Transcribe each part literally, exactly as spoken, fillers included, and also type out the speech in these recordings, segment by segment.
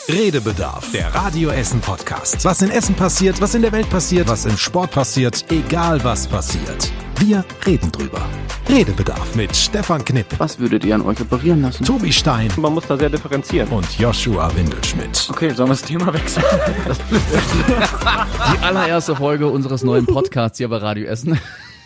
Redebedarf, der Radio Essen Podcast. Was in Essen passiert, was in der Welt passiert, was im Sport passiert, egal was passiert. Wir reden drüber. Redebedarf mit Stefan Knipp. Was würdet ihr an euch operieren lassen? Tobi Stein. Man muss da sehr differenzieren. Und Joshua Windelschmidt. Okay, sollen wir das Thema wechseln? Die allererste Folge unseres neuen Podcasts hier bei Radio Essen.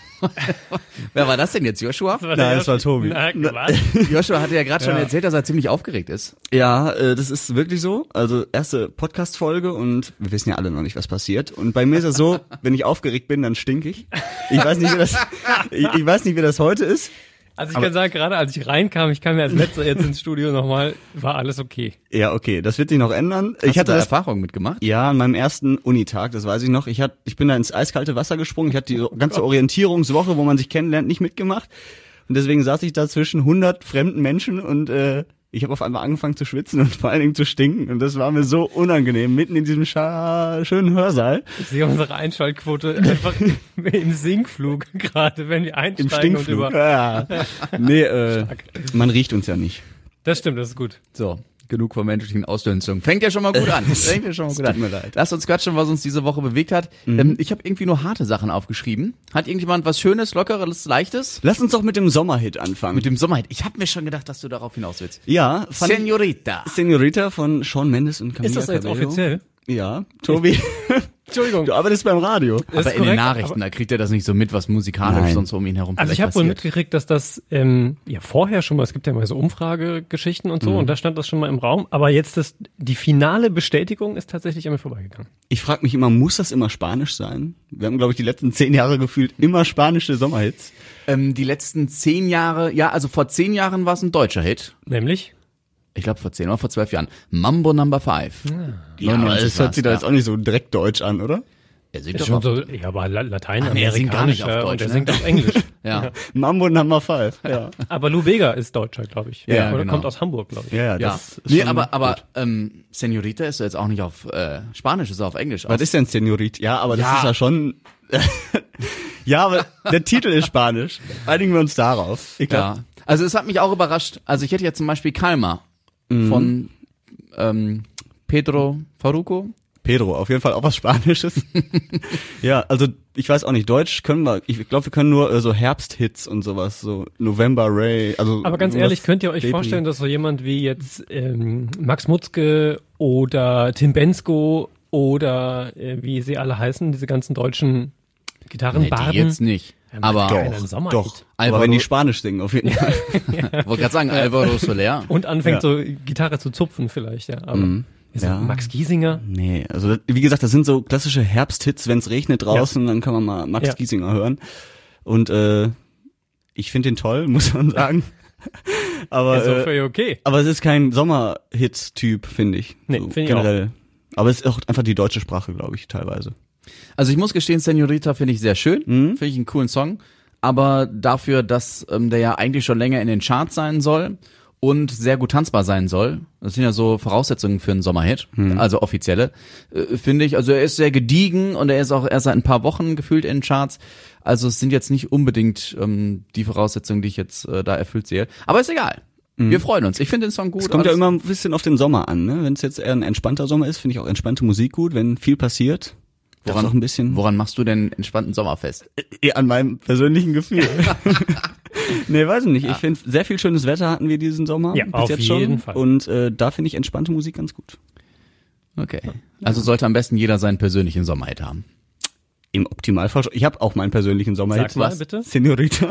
Wer war das denn jetzt, Joshua? Das war Nein, das war Tobi. Na, Joshua hatte ja gerade schon Ja. erzählt, dass er ziemlich aufgeregt ist. Ja, äh, das ist wirklich so. Also erste Podcast-Folge und wir wissen ja alle noch nicht, was passiert. Und bei mir ist es so, wenn ich aufgeregt bin, dann stink ich. Ich weiß nicht, wie das, ich, ich weiß nicht, wie das heute ist. Also ich Aber- kann sagen, gerade als ich reinkam, ich kam ja als letzter jetzt ins Studio nochmal, war alles okay. Ja, okay, das wird sich noch ändern. Hast ich du hatte da das Erfahrung mitgemacht? ja an meinem ersten Unitag, das weiß ich noch. Ich hatte, ich bin da ins eiskalte Wasser gesprungen. Ich hatte die ganze Orientierungswoche, wo man sich kennenlernt, nicht mitgemacht. Und deswegen saß ich da zwischen hundert fremden Menschen und äh, ich habe auf einmal angefangen zu schwitzen und vor allen Dingen zu stinken. Und das war mir so unangenehm, mitten in diesem scha- schönen Hörsaal. Ich sehe unsere Einschaltquote einfach im Sinkflug gerade, wenn wir Im einsteigen und Stinkflug. über... Ja. Nee, äh, man riecht uns ja nicht. Das stimmt, das ist gut. So, genug von menschlichen Ausdünstungen. Fängt ja schon mal gut an. Fängt ja schon mal gut an. Tut mir leid. Lass uns quatschen, was uns diese Woche bewegt hat. Ähm, ich habe irgendwie nur harte Sachen aufgeschrieben. Hat irgendjemand was Schönes, Lockeres, Leichtes? Lass uns doch mit dem Sommerhit anfangen. Mit dem Sommerhit. Ich habe mir schon gedacht, dass du darauf hinaus willst. ja, fand Senorita. Senorita von Shawn Mendes und Camila Ist das jetzt Cabello. offiziell? Ja, Tobi, Entschuldigung. du arbeitest beim Radio. Das Aber ist in den korrekt, Nachrichten, aber- da kriegt er das nicht so mit, was musikalisch Nein. sonst um ihn herum Also ich vielleicht habe wohl passiert. mitgekriegt, dass das ähm, ja vorher schon mal, es gibt ja mal so Umfragegeschichten und so, und da stand das schon mal im Raum, aber jetzt das, die finale Bestätigung ist tatsächlich an mir vorbeigegangen. Ich frage mich immer, muss das immer Spanisch sein? Wir haben, glaube ich, die letzten zehn Jahre gefühlt immer spanische Sommerhits. Ähm, die letzten zehn Jahre, ja, also vor zehn Jahren war es ein deutscher Hit. Nämlich? Ich glaube vor zehn oder vor zwölf Jahren. Mambo Number Five. Ja, aber das hört sich da war's, jetzt auch nicht so direkt deutsch an, oder? Er singt Ist doch schon auf, so, ja, aber La- Ah, nee, er Lateinamerikanischer singt gar nicht auf Deutsch, und er ne? singt auf Englisch. ja. Mambo Number Five. Ja, Aber Lou Bega ist Deutscher, glaube ich. Ja, Oder genau. kommt aus Hamburg, glaube ich. ja, ja. Ja, Das ist nee, schon aber aber gut. ähm, Senorita ist ja jetzt auch nicht auf äh, Spanisch, ist auf Englisch. Was Auf, ist denn Senorita? Ja, aber das Ja. ist ja schon. Ja, aber der Titel ist Spanisch. Einigen wir uns darauf. Ich glaub, ja. Also es hat mich auch überrascht. Also ich hätte jetzt zum Beispiel Calma von ähm, Pedro Farruko. Pedro, auf jeden Fall auch was Spanisches. Ja, also ich weiß auch nicht, Deutsch können wir, ich glaube, wir können nur äh, so Herbsthits und sowas, so November Ray, also. Aber ganz sowas ehrlich, könnt ihr euch Depri. vorstellen, dass so jemand wie jetzt ähm, Max Mutzke oder Tim Bendzko oder äh, wie sie alle heißen, diese ganzen deutschen Nee, Gitarrenbarden, die jetzt nicht. Aber keinen Doch, Sommerhit. doch. Alvaro- Aber wenn die Spanisch singen, auf jeden Fall. wollte gerade sagen, Alvaro Soler. und anfängt Ja. so Gitarre zu zupfen vielleicht, ja. Aber Mhm. ist Ja. Max Giesinger, Nee, also das- wie gesagt, das sind so klassische Herbsthits, wenn es regnet draußen, dann kann man mal Max Ja. Giesinger hören. Und äh, ich finde den toll, muss man sagen. aber ist auch äh, völlig okay. aber es ist kein Sommerhit-Typ, finde ich. Nee, so, finde ich generell. Aber es ist auch einfach die deutsche Sprache, glaube ich, teilweise. Also ich muss gestehen, Senorita finde ich sehr schön, Mhm. finde ich einen coolen Song, aber dafür, dass ähm, der ja eigentlich schon länger in den Charts sein soll und sehr gut tanzbar sein soll, das sind ja so Voraussetzungen für einen Sommerhit, also offizielle, äh, finde ich, also er ist sehr gediegen und er ist auch erst seit ein paar Wochen gefühlt in den Charts, also es sind jetzt nicht unbedingt ähm, die Voraussetzungen, die ich jetzt äh, da erfüllt sehe, aber ist egal. Wir freuen uns. Ich finde den Song gut. Es kommt ja alles- immer ein bisschen auf den Sommer an, ne? Wenn es jetzt eher ein entspannter Sommer ist, finde ich auch entspannte Musik gut, wenn viel passiert. Woran auch ein bisschen Woran machst du denn entspannten Sommer fest? eher an meinem persönlichen Gefühl. Nee, weiß ich nicht. Ich finde, sehr viel schönes Wetter hatten wir diesen Sommer. Ja, bis auf jetzt jeden schon. Fall. Und äh, da finde ich entspannte Musik ganz gut. Okay. Also sollte am besten jeder seinen persönlichen Sommerhit haben. Im Optimalfall schon. Ich habe auch meinen persönlichen Sommerhit. Sag mal was? bitte. Senorita.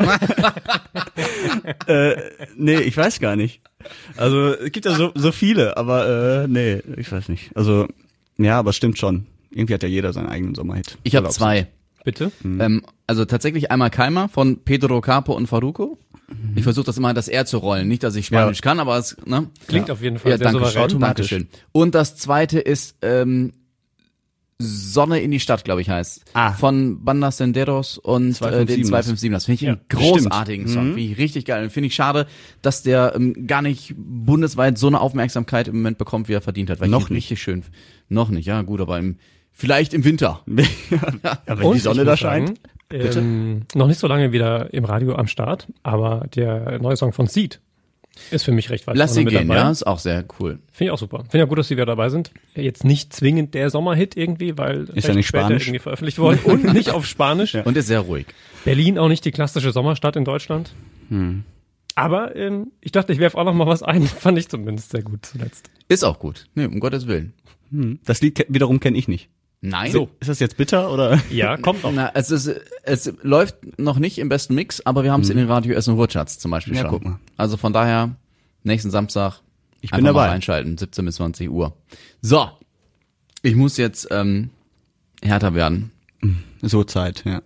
äh, nee, ich weiß gar nicht. Also es gibt ja so, so viele, aber äh, nee, ich weiß nicht. Also ja, aber stimmt schon. Irgendwie hat ja jeder seinen eigenen Sommerhit. Ich habe Glaubst du? zwei. Bitte? Ähm, also tatsächlich einmal Calma von Pedro Capo und Farruko. Ich versuche das immer das R zu rollen. Nicht, dass ich Spanisch Ja. kann, aber es, ne? Klingt auf jeden Fall Ja, sehr danke souverän. schön. Automatisch. Dankeschön. Und das zweite ist ähm, Sonne in die Stadt, glaube ich, heißt. Ah. Von Banda Senderos und zwei äh, fünf den sieben. zwei fünf sieben. Das finde ich Ja, einen großartigen Song. Finde ich richtig geil. Finde ich schade, dass der ähm, gar nicht bundesweit so eine Aufmerksamkeit im Moment bekommt, wie er verdient hat. Weil Noch ich ihn nicht. richtig schön. Noch nicht, ja gut, aber im, vielleicht im Winter. Ja, wenn Und die Sonne ich da muss scheint. Sagen, ähm, noch nicht so lange wieder im Radio am Start, aber der neue Song von Seed, Ist für mich recht weit Lass sie vorne mit gehen, dabei. ja, ist auch sehr cool. Finde ich auch super. Finde ich auch gut, dass sie wieder dabei sind. Jetzt nicht zwingend der Sommerhit irgendwie, weil Ist ja nicht später Spanisch. irgendwie veröffentlicht worden und nicht auf Spanisch. Und ist sehr ruhig. Berlin auch nicht die klassische Sommerstadt in Deutschland. Hm. Aber ähm, ich dachte, ich werfe auch noch mal was ein. Fand ich zumindest sehr gut zuletzt. Ist auch gut. Nee, um Gottes Willen. Hm. Das Lied ke- wiederum kenne ich nicht. Nein. So. Ist das jetzt bitter oder? Ja, kommt noch. Na, es, ist, es läuft noch nicht im besten Mix, aber wir haben es in den Radio Essen Ruhrcharts zum Beispiel Ja, schon. guck mal. Also von daher, nächsten Samstag Ich bin einfach mal dabei. reinschalten, siebzehn bis zwanzig Uhr. So, ich muss jetzt ähm, härter werden. So Zeit, ja.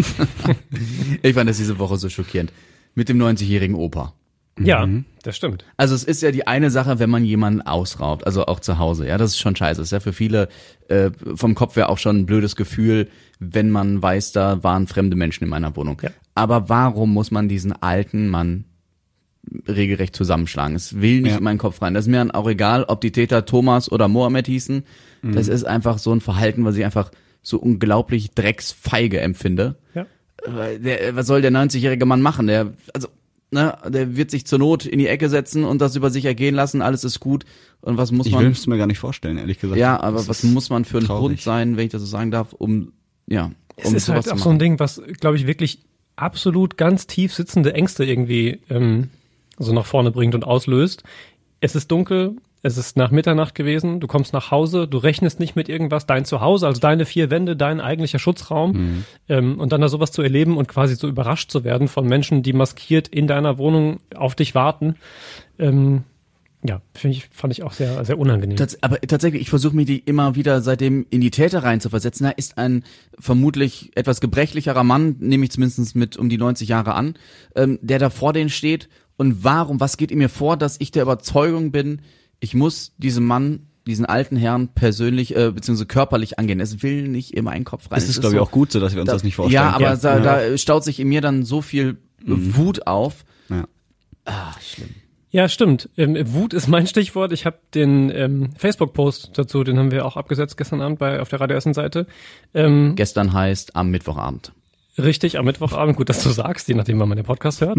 Ich fand das diese Woche so schockierend. Mit dem neunzigjährigen Opa. Ja, das stimmt. Also es ist ja die eine Sache, wenn man jemanden ausraubt, also auch zu Hause, ja, das ist schon scheiße. Das ist ja für viele äh, vom Kopf her auch schon ein blödes Gefühl, wenn man weiß, da waren fremde Menschen in meiner Wohnung. Ja. Aber warum muss man diesen alten Mann regelrecht zusammenschlagen? Es will nicht Ja. in meinen Kopf rein. Das ist mir dann auch egal, ob die Täter Thomas oder Mohammed hießen. Das ist einfach so ein Verhalten, was ich einfach so unglaublich drecksfeige empfinde. Ja. Weil Der, was soll der neunzigjährige Mann machen? Der, also, ne, der wird sich zur Not in die Ecke setzen und das über sich ergehen lassen, alles ist gut. Und was muss Ich will man, es mir gar nicht vorstellen, ehrlich gesagt. ja, aber Das was ist muss man für ein traurig. Hund sein, wenn ich das so sagen darf, um, ja, Es um ist sowas halt zu auch machen. so ein Ding, was, glaube ich, wirklich absolut ganz tief sitzende Ängste irgendwie ähm, so nach vorne bringt und auslöst. Es ist dunkel, es ist nach Mitternacht gewesen, du kommst nach Hause, du rechnest nicht mit irgendwas, dein Zuhause, also deine vier Wände, dein eigentlicher Schutzraum Mhm. ähm, und dann da sowas zu erleben und quasi so überrascht zu werden von Menschen, die maskiert in deiner Wohnung auf dich warten. Ähm, ja, finde ich, fand ich auch sehr, sehr unangenehm. Tats aber tatsächlich, ich versuche mich die immer wieder seitdem in die Täter reinzuversetzen. Er ist ein vermutlich etwas gebrechlicherer Mann, nehme ich zumindest mit um die neunzig Jahre an, ähm, der da vor denen steht. Und warum, was geht in mir vor, dass ich der Überzeugung bin, ich muss diesem Mann, diesen alten Herrn persönlich äh, bzw. körperlich angehen. Es will nicht in meinen Kopf rein. Das Es ist, glaube ich, so, auch gut so, dass wir uns da, das nicht vorstellen. Ja, aber Ja. Da, Ja. da staut sich in mir dann so viel Wut auf. Ja. Ah, schlimm. Ja, stimmt. Ähm, Wut ist mein Stichwort. Ich habe den ähm, Facebook-Post dazu, den haben wir auch abgesetzt gestern Abend bei auf der Radio Essen-Seite. Ähm, Gestern heißt am Mittwochabend. richtig, am Mittwochabend, gut, dass du sagst, je nachdem, wann man den Podcast hört.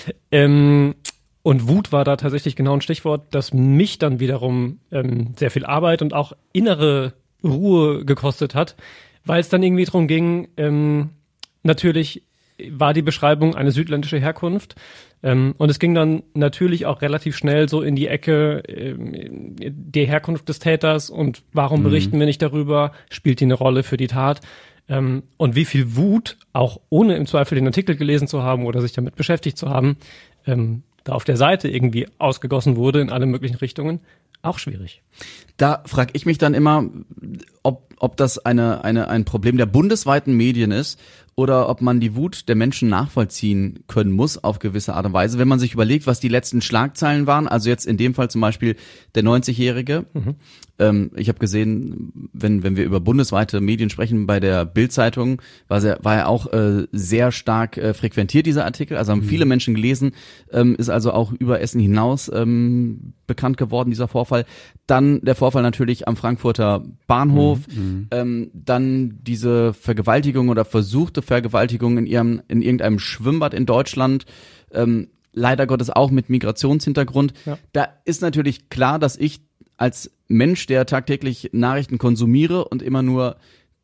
ähm, und Wut war da tatsächlich genau ein Stichwort, das mich dann wiederum ähm, sehr viel Arbeit und auch innere Ruhe gekostet hat, weil es dann irgendwie darum ging, ähm, natürlich war die Beschreibung eine südländische Herkunft. Ähm, und es ging dann natürlich auch relativ schnell so in die Ecke ähm, der Herkunft des Täters und warum berichten wir nicht darüber, spielt die eine Rolle für die Tat? Ähm, und wie viel Wut, auch ohne im Zweifel den Artikel gelesen zu haben oder sich damit beschäftigt zu haben, ähm, da auf der Seite irgendwie ausgegossen wurde in alle möglichen Richtungen, auch schwierig. Da frage ich mich dann immer, ob, ob das eine, eine, ein Problem der bundesweiten Medien ist oder ob man die Wut der Menschen nachvollziehen können muss auf gewisse Art und Weise. Wenn man sich überlegt, was die letzten Schlagzeilen waren, also jetzt in dem Fall zum Beispiel der neunzigjährige. Mhm. Ähm, ich habe gesehen, wenn wenn wir über bundesweite Medien sprechen, bei der Bild-Zeitung war er, war er auch äh, sehr stark äh, frequentiert, dieser Artikel. Also haben mhm. viele Menschen gelesen, ähm, ist also auch über Essen hinaus ähm, bekannt geworden, dieser Vorfall. Dann der Vorfall natürlich am Frankfurter Bahnhof, mhm. ähm, dann diese Vergewaltigung oder versuchte Vergewaltigung in ihrem in irgendeinem Schwimmbad in Deutschland, ähm, leider Gottes auch mit Migrationshintergrund. Ja. Da ist natürlich klar, dass ich als Mensch, der tagtäglich Nachrichten konsumiere und immer nur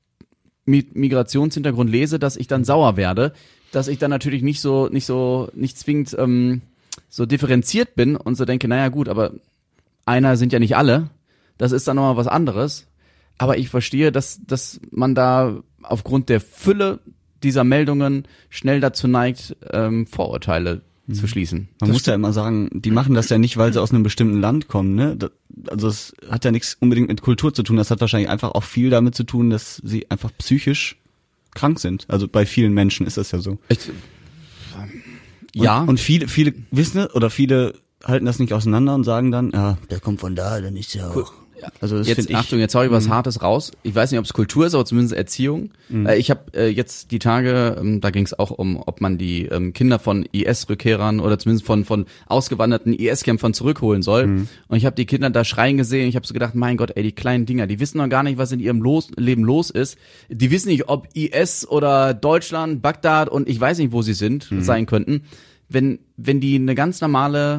mit Migrationshintergrund lese, dass ich dann sauer werde, dass ich dann natürlich nicht so nicht so nicht zwingend ähm, so differenziert bin und so denke, naja gut, aber einer sind ja nicht alle, das ist dann nochmal was anderes. Aber ich verstehe, dass dass man da aufgrund der Fülle dieser Meldungen schnell dazu neigt, ähm, Vorurteile mhm. zu schließen. Man das muss stimmt. ja immer sagen, die machen das ja nicht, weil sie aus einem bestimmten Land kommen, ne? Das, also es hat ja nichts unbedingt mit Kultur zu tun, das hat wahrscheinlich einfach auch viel damit zu tun, dass sie einfach psychisch krank sind. Also bei vielen Menschen ist das ja so. Ich, ja. Und, und viele, viele wissen oder viele halten das nicht auseinander und sagen dann, ja, der kommt von da, dann ist ja auch. Also das jetzt find ich, Achtung, jetzt hau ich was Hartes raus. Ich weiß nicht, ob es Kultur ist, aber zumindest Erziehung. Mhm. Äh, ich habe äh, jetzt die Tage, ähm, da ging es auch um, ob man die ähm, Kinder von I S-Rückkehrern oder zumindest von von ausgewanderten I S-Kämpfern zurückholen soll. Mhm. Und ich habe die Kinder da schreien gesehen. Ich habe so gedacht, mein Gott, ey, die kleinen Dinger, die wissen noch gar nicht, was in ihrem los, Leben los ist. Die wissen nicht, ob I S oder Deutschland, Bagdad und ich weiß nicht, wo sie sind, mhm. sein könnten. Wenn wenn die eine ganz normale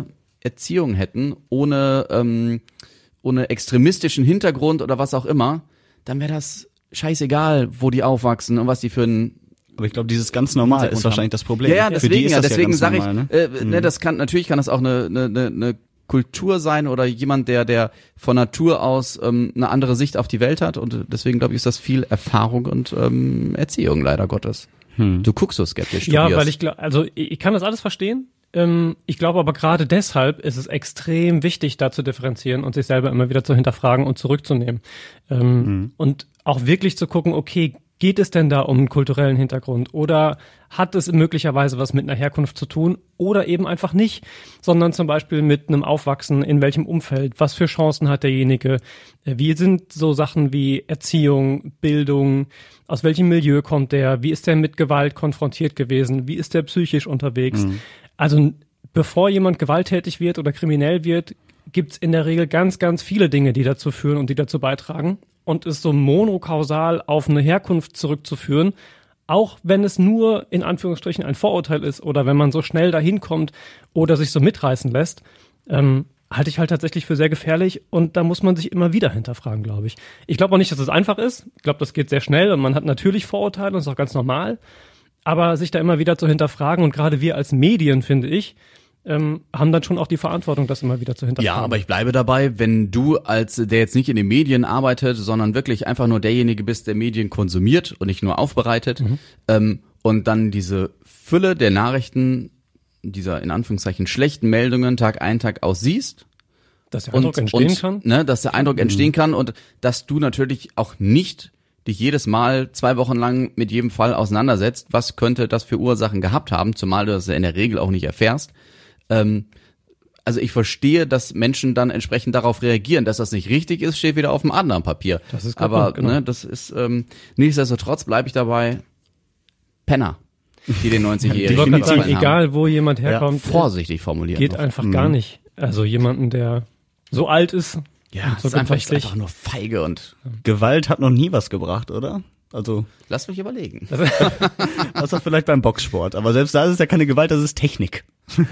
Erziehung hätten, ohne ähm, ohne extremistischen Hintergrund oder was auch immer, dann wäre das scheißegal, wo die aufwachsen und was die für ein Aber ich glaube, dieses ganz normal Hintergrund ist wahrscheinlich haben. das Problem. Ja, ja, Für deswegen, die ist ja, das deswegen ganz sage ich, normal, ne? äh, ne, das kann, natürlich kann das auch eine, eine, eine, eine Kultur sein oder jemand, der, der von Natur aus ähm, eine andere Sicht auf die Welt hat und deswegen glaube ich, ist das viel Erfahrung und ähm, Erziehung, leider Gottes. Hm. Du guckst so skeptisch, Ja, Tobias. weil ich glaube, also ich kann das alles verstehen. Ähm, ich glaube aber gerade deshalb ist es extrem wichtig, da zu differenzieren und sich selber immer wieder zu hinterfragen und zurückzunehmen. Ähm, mhm. Und auch wirklich zu gucken, okay, geht es denn da um einen kulturellen Hintergrund oder hat es möglicherweise was mit einer Herkunft zu tun oder eben einfach nicht, sondern zum Beispiel mit einem Aufwachsen, in welchem Umfeld, was für Chancen hat derjenige, wie sind so Sachen wie Erziehung, Bildung, aus welchem Milieu kommt der, wie ist der mit Gewalt konfrontiert gewesen, wie ist der psychisch unterwegs. Mhm. Also bevor jemand gewalttätig wird oder kriminell wird, gibt's in der Regel ganz, ganz viele Dinge, die dazu führen und die dazu beitragen. Und ist so monokausal auf eine Herkunft zurückzuführen, auch wenn es nur in Anführungsstrichen ein Vorurteil ist oder wenn man so schnell dahin kommt oder sich so mitreißen lässt, ähm, halte ich halt tatsächlich für sehr gefährlich und da muss man sich immer wieder hinterfragen, glaube ich. Ich glaube auch nicht, dass es einfach ist. Ich glaube, das geht sehr schnell und man hat natürlich Vorurteile und das ist auch ganz normal. Aber sich da immer wieder zu hinterfragen und gerade wir als Medien, finde ich, ähm, haben dann schon auch die Verantwortung, das immer wieder zu hinterfragen. Ja, aber ich bleibe dabei, wenn du als, der jetzt nicht in den Medien arbeitet, sondern wirklich einfach nur derjenige bist, der Medien konsumiert und nicht nur aufbereitet, mhm. ähm, und dann diese Fülle der Nachrichten, dieser in Anführungszeichen schlechten Meldungen Tag ein, Tag aus siehst, dass der Eindruck und, entstehen und, kann. Ne, dass der Eindruck mhm. entstehen kann und dass du natürlich auch nicht dich jedes Mal zwei Wochen lang mit jedem Fall auseinandersetzt, was könnte das für Ursachen gehabt haben, zumal du das ja in der Regel auch nicht erfährst. Ähm, also ich verstehe, dass Menschen dann entsprechend darauf reagieren, dass das nicht richtig ist, steht wieder auf dem anderen Papier. Das ist aber gut, genau. ne, das ist ähm, nichtsdestotrotz bleibe ich dabei Penner, die den neunzigjährigen Ich wollte gerade sagen, haben. egal wo jemand herkommt, Ja, vorsichtig formulieren. geht noch. einfach gar nicht. Also jemanden, der so alt ist, Ja, und es so ist einfach, gebrechlich. einfach nur feige und Gewalt hat noch nie was gebracht, oder? Also, lass mich überlegen. außer vielleicht beim Boxsport. Aber selbst da ist es ja keine Gewalt, das ist Technik.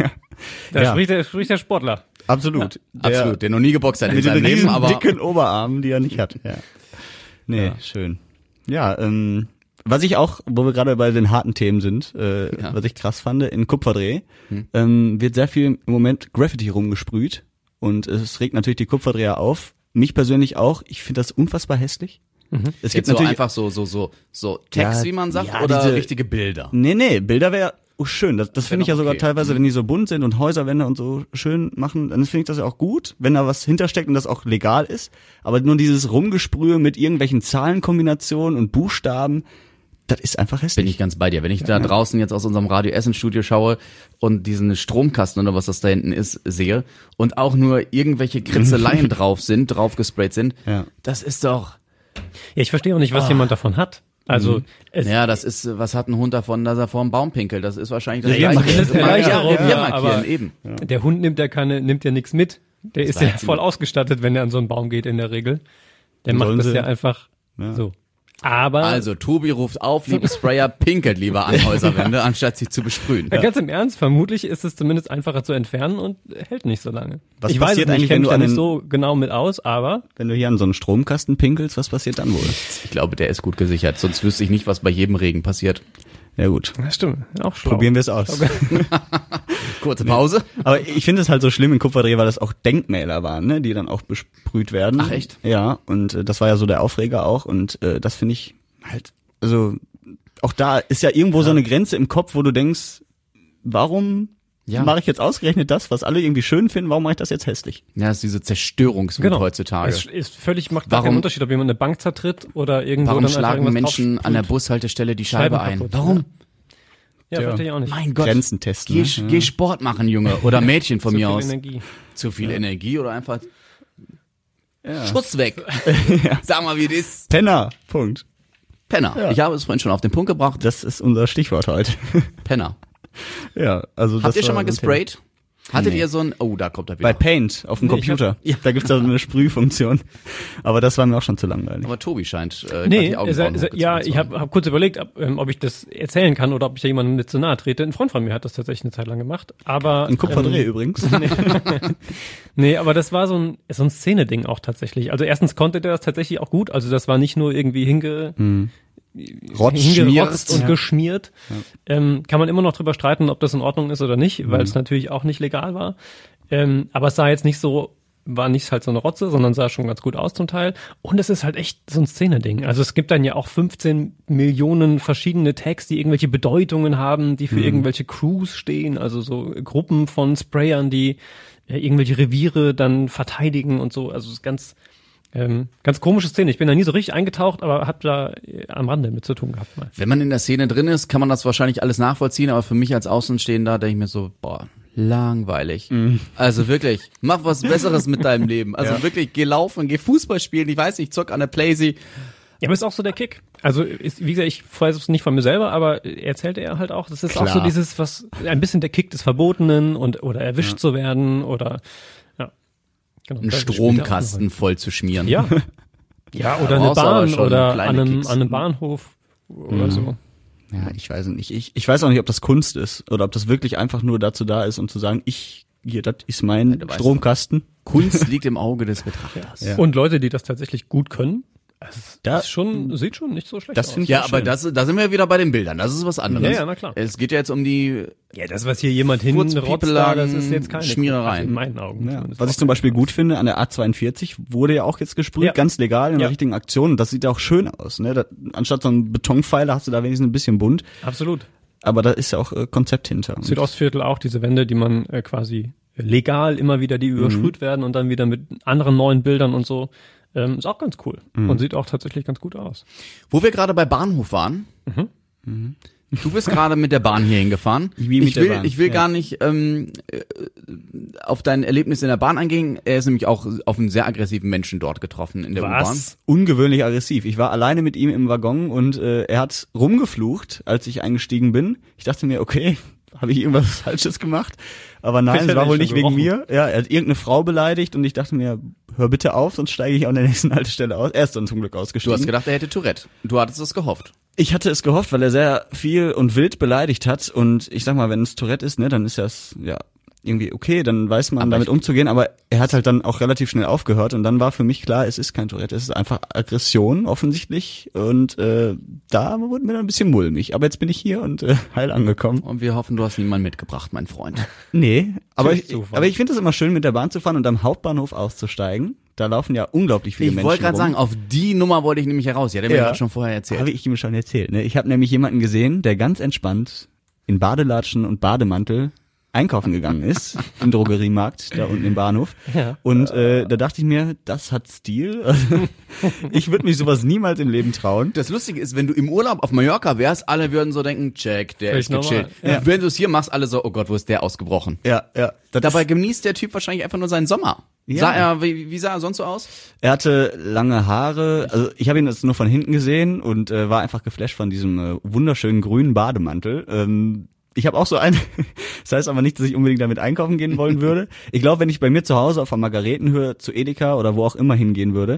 Da Ja. spricht, der, spricht der Sportler. Absolut. Der, Absolut, der noch nie geboxt hat in Mit den seinem Leben, riesen, aber dicken Oberarmen, die er nicht hat. Ja. Nee, Ja. schön. Ja, ähm, was ich auch, wo wir gerade bei den harten Themen sind, äh, Ja. was ich krass fand, in Kupferdreh Hm. ähm, wird sehr viel im Moment Graffiti rumgesprüht und es regt natürlich die Kupferdreher auf. Mich persönlich auch. Ich finde das unfassbar hässlich. Mhm. Es jetzt gibt so natürlich einfach so so so so Text, Ja, wie man sagt, ja, oder diese- richtige Bilder. Nee, nee, Bilder wäre oh, schön. Das, das wär finde ich ja doch sogar okay. teilweise, Mhm. wenn die so bunt sind und Häuserwände und so schön machen, dann finde ich das ja auch gut, wenn da was hintersteckt und das auch legal ist. Aber nur dieses Rumgesprühe mit irgendwelchen Zahlenkombinationen und Buchstaben, das ist einfach hässlich. Bin ich ganz bei dir. Wenn ich da draußen jetzt aus unserem Radio Essen Studio schaue und diesen Stromkasten oder was das da hinten ist, sehe und auch nur irgendwelche Kritzeleien drauf sind, drauf gesprayt sind, Ja. das ist doch, Ja, ich verstehe auch nicht, was jemand davon hat. Also es, ja, das ist, was hat ein Hund davon, dass er vor dem Baum pinkelt? Das ist wahrscheinlich das Ja, Gleiche. man ist Erleichterung, ja, wir ja, markieren, aber- eben. der Hund nimmt ja keine, nimmt ja nichts mit. Der ist war ja jetzt voll ein- ausgestattet, wenn er an so einen Baum geht in der Regel. Der Dann macht sollen das sie- ja einfach Ja. so. Aber Also, Tobi ruft auf, liebe Sprayer, pinkelt lieber an Häuserwände, anstatt sich zu besprühen. ja, ganz im Ernst, vermutlich ist es zumindest einfacher zu entfernen und hält nicht so lange. Was ich weiß passiert es nicht, eigentlich, ich kenne wenn mich du da an nicht den- so genau mit aus, aber Wenn du hier an so einen Stromkasten pinkelst, was passiert dann wohl? Ich glaube, der ist gut gesichert, sonst wüsste ich nicht, was bei jedem Regen passiert. Ja gut, ja, stimmt, auch schlau. probieren wir es aus. Kurze Pause. Aber ich finde es halt so schlimm in Kupferdreh, weil das auch Denkmäler waren, ne, die dann auch besprüht werden. Ach, echt? Ja, und äh, das war ja so der Aufreger auch und äh, das finde ich halt, also auch da ist ja irgendwo so eine Grenze im Kopf, wo du denkst, warum Ja. mache ich jetzt ausgerechnet das, was alle irgendwie schön finden, warum mache ich das jetzt hässlich? Ja, das ist diese Zerstörungswut Genau. heutzutage. Es ist völlig, macht gar Warum- keinen Unterschied, ob jemand eine Bank zertritt oder irgendwo Warum dann einfach schlagen irgendwas Menschen an der draufsprüht. Bushaltestelle die Scheibe Scheiben ein? kaputt, Warum? Ja, Tja. verstehe ich auch nicht. Mein Gott. Grenzen testen. Geh, ne? sch- geh Sport machen, Junge. Oder Mädchen von Zu mir viel aus. Energie. Zu viel Energie oder einfach Ja. Schuss weg. Sag mal, wie das ist. Penner, Punkt. Penner. Ja. Ich habe es vorhin schon auf den Punkt gebracht. Das ist unser Stichwort heute. Penner. ja, also das Habt ihr schon war mal so ein Thema. gesprayt? Hattet Nee. ihr so ein, oh, da kommt er wieder. Bei Paint auf dem Nee, ich Computer. Da gibt's da so eine Sprühfunktion. Aber das war mir auch schon zu langweilig. Aber Tobi scheint äh, Nee, die Augenbrauen es, es, hochgezogen ja, zu ich haben. habe hab kurz überlegt, ob, ähm, ob ich das erzählen kann oder ob ich da jemandem mit zu nahe trete. Ein Freund von mir hat das tatsächlich eine Zeit lang gemacht, aber Ein Kupferdreh ähm, übrigens. nee, aber das war so ein so ein Szene-Ding auch tatsächlich. Also erstens konnte der das tatsächlich auch gut, also das war nicht nur irgendwie hinge Rotz, hingerotzt schmiert. und geschmiert. Ähm, kann man immer noch drüber streiten, ob das in Ordnung ist oder nicht, weil es natürlich auch nicht legal war. Ähm, aber es sah jetzt nicht so, war nicht halt so eine Rotze, sondern sah schon ganz gut aus zum Teil. Und es ist halt echt so ein Szene-Ding. Also es gibt dann ja auch fünfzehn Millionen verschiedene Tags, die irgendwelche Bedeutungen haben, die für irgendwelche Crews stehen, also so Gruppen von Sprayern, die äh, irgendwelche Reviere dann verteidigen und so. Also es ist ganz Ähm, ganz komische Szene. Ich bin da nie so richtig eingetaucht, aber hab da äh, am Rande mit zu tun gehabt mal. Wenn man in der Szene drin ist, kann man das wahrscheinlich alles nachvollziehen, aber für mich als Außenstehender denke ich mir so, boah, langweilig. Also wirklich, mach was Besseres mit deinem Leben. Also wirklich, geh laufen, geh Fußball spielen, ich weiß nicht, zock an der Playsee. Ja, aber ist auch so der Kick. Also, ist, wie gesagt, ich weiß es nicht von mir selber, aber erzählte er halt auch, das ist Klar. auch so dieses, was, ein bisschen der Kick des Verbotenen und, oder erwischt zu werden oder, ja. Genau, Einen da spielt er auch Stromkasten eine voll zu schmieren. Rolle. Ja. Ja, oder Da eine brauchst du aber Bahn schon oder kleine an einem, Kicks. an einem Bahnhof oder so. Ja, ich weiß nicht. Ich, ich weiß auch nicht, ob das Kunst ist oder ob das wirklich einfach nur dazu da ist, um zu sagen, ich, hier, das ist mein du weißt Stromkasten. Kunst liegt im Auge des Betrachters. Ja. Und Leute, die das tatsächlich gut können, also Da- das ist schon, sieht schon nicht so schlecht Das aus. finde ich Ja, auch aber schön. das, da sind wir wieder bei den Bildern. Das ist was anderes. Ja, ja, na klar. Es geht ja jetzt um die, Ja, das, was hier jemand hinrotzt, da, das ist jetzt keine Schmierereien. in meinen Augen. Ja. zumindest. Was ich zum Beispiel gut finde, an der A zweiundvierzig wurde ja auch jetzt gesprüht, Ja. ganz legal in der Ja. richtigen Aktion. Und das sieht auch schön aus. Ne? Da, anstatt so ein Betonpfeiler hast du da wenigstens ein bisschen bunt. Absolut. Aber da ist ja auch äh, Konzept hinter. Und Südostviertel auch, diese Wände, die man äh, quasi legal immer wieder, die übersprüht Mhm. werden und dann wieder mit anderen neuen Bildern und so. Ähm, ist auch ganz cool. Mhm. Und sieht auch tatsächlich ganz gut aus. wo wir gerade bei Bahnhof waren. Mhm. Du bist gerade mit der Bahn hier hingefahren. Ich bin mit ich der will, Bahn, ich will ja. gar nicht ähm, äh, auf dein Erlebnis in der Bahn eingehen. Er ist nämlich auch auf einen sehr aggressiven Menschen dort getroffen in der U-Bahn. ungewöhnlich aggressiv. Ich war alleine mit ihm im Waggon und äh, er hat rumgeflucht, als ich eingestiegen bin. Ich dachte mir, okay, habe ich irgendwas Falsches gemacht? Aber nein, Vielleicht es hat war er wohl dich nicht schon wegen mir. Ja, er hat irgendeine Frau beleidigt und ich dachte mir, hör bitte auf, sonst steige ich an der nächsten Haltestelle aus. Er ist dann zum Glück Du ausgestiegen. hast gedacht, er hätte Tourette. Du hattest es gehofft. Ich hatte es gehofft, weil er sehr viel und wild beleidigt hat und ich sag mal, wenn es Tourette ist, ne, dann ist das ja irgendwie okay, dann weiß man Aber damit ich- umzugehen, aber er hat halt dann auch relativ schnell aufgehört und dann war für mich klar, es ist kein Tourette, es ist einfach Aggression offensichtlich und äh, da wurde mir dann ein bisschen mulmig, aber jetzt bin ich hier und äh, heil angekommen. Und wir hoffen, du hast niemanden mitgebracht, mein Freund. Nee, aber ich, Zufall. aber ich finde es immer schön, mit der Bahn zu fahren und am Hauptbahnhof auszusteigen. Da laufen ja unglaublich viele Ich Menschen wollte gerade rum. sagen, auf die Nummer wollte ich nämlich heraus. Ja, der mir Ja. gerade schon vorher erzählt. Habe ich ihm schon erzählt. Ne? Ich habe nämlich jemanden gesehen, der ganz entspannt in Badelatschen und Bademantel einkaufen gegangen ist im Drogeriemarkt da unten im Bahnhof. Ja. Und äh, da dachte ich mir, das hat Stil. Also, ich würde mich sowas niemals im Leben trauen. Das Lustige ist, wenn du im Urlaub auf Mallorca wärst, alle würden so denken, check, der Völlig ist gechillt. normal. Ja. Wenn du es hier machst, alle so, oh Gott, wo ist der ausgebrochen? Ja, ja. Das Dabei ist, genießt der Typ wahrscheinlich einfach nur seinen Sommer. Ja. Sah er, wie, wie sah er sonst so aus? er hatte lange Haare. Also ich habe ihn jetzt nur von hinten gesehen und äh, war einfach geflasht von diesem äh, wunderschönen grünen Bademantel. Ähm, Ich habe auch so einen, das heißt aber nicht, dass ich unbedingt damit einkaufen gehen wollen würde. Ich glaube, wenn ich bei mir zu Hause auf der Margaretenhöhe zu Edeka oder wo auch immer hingehen würde,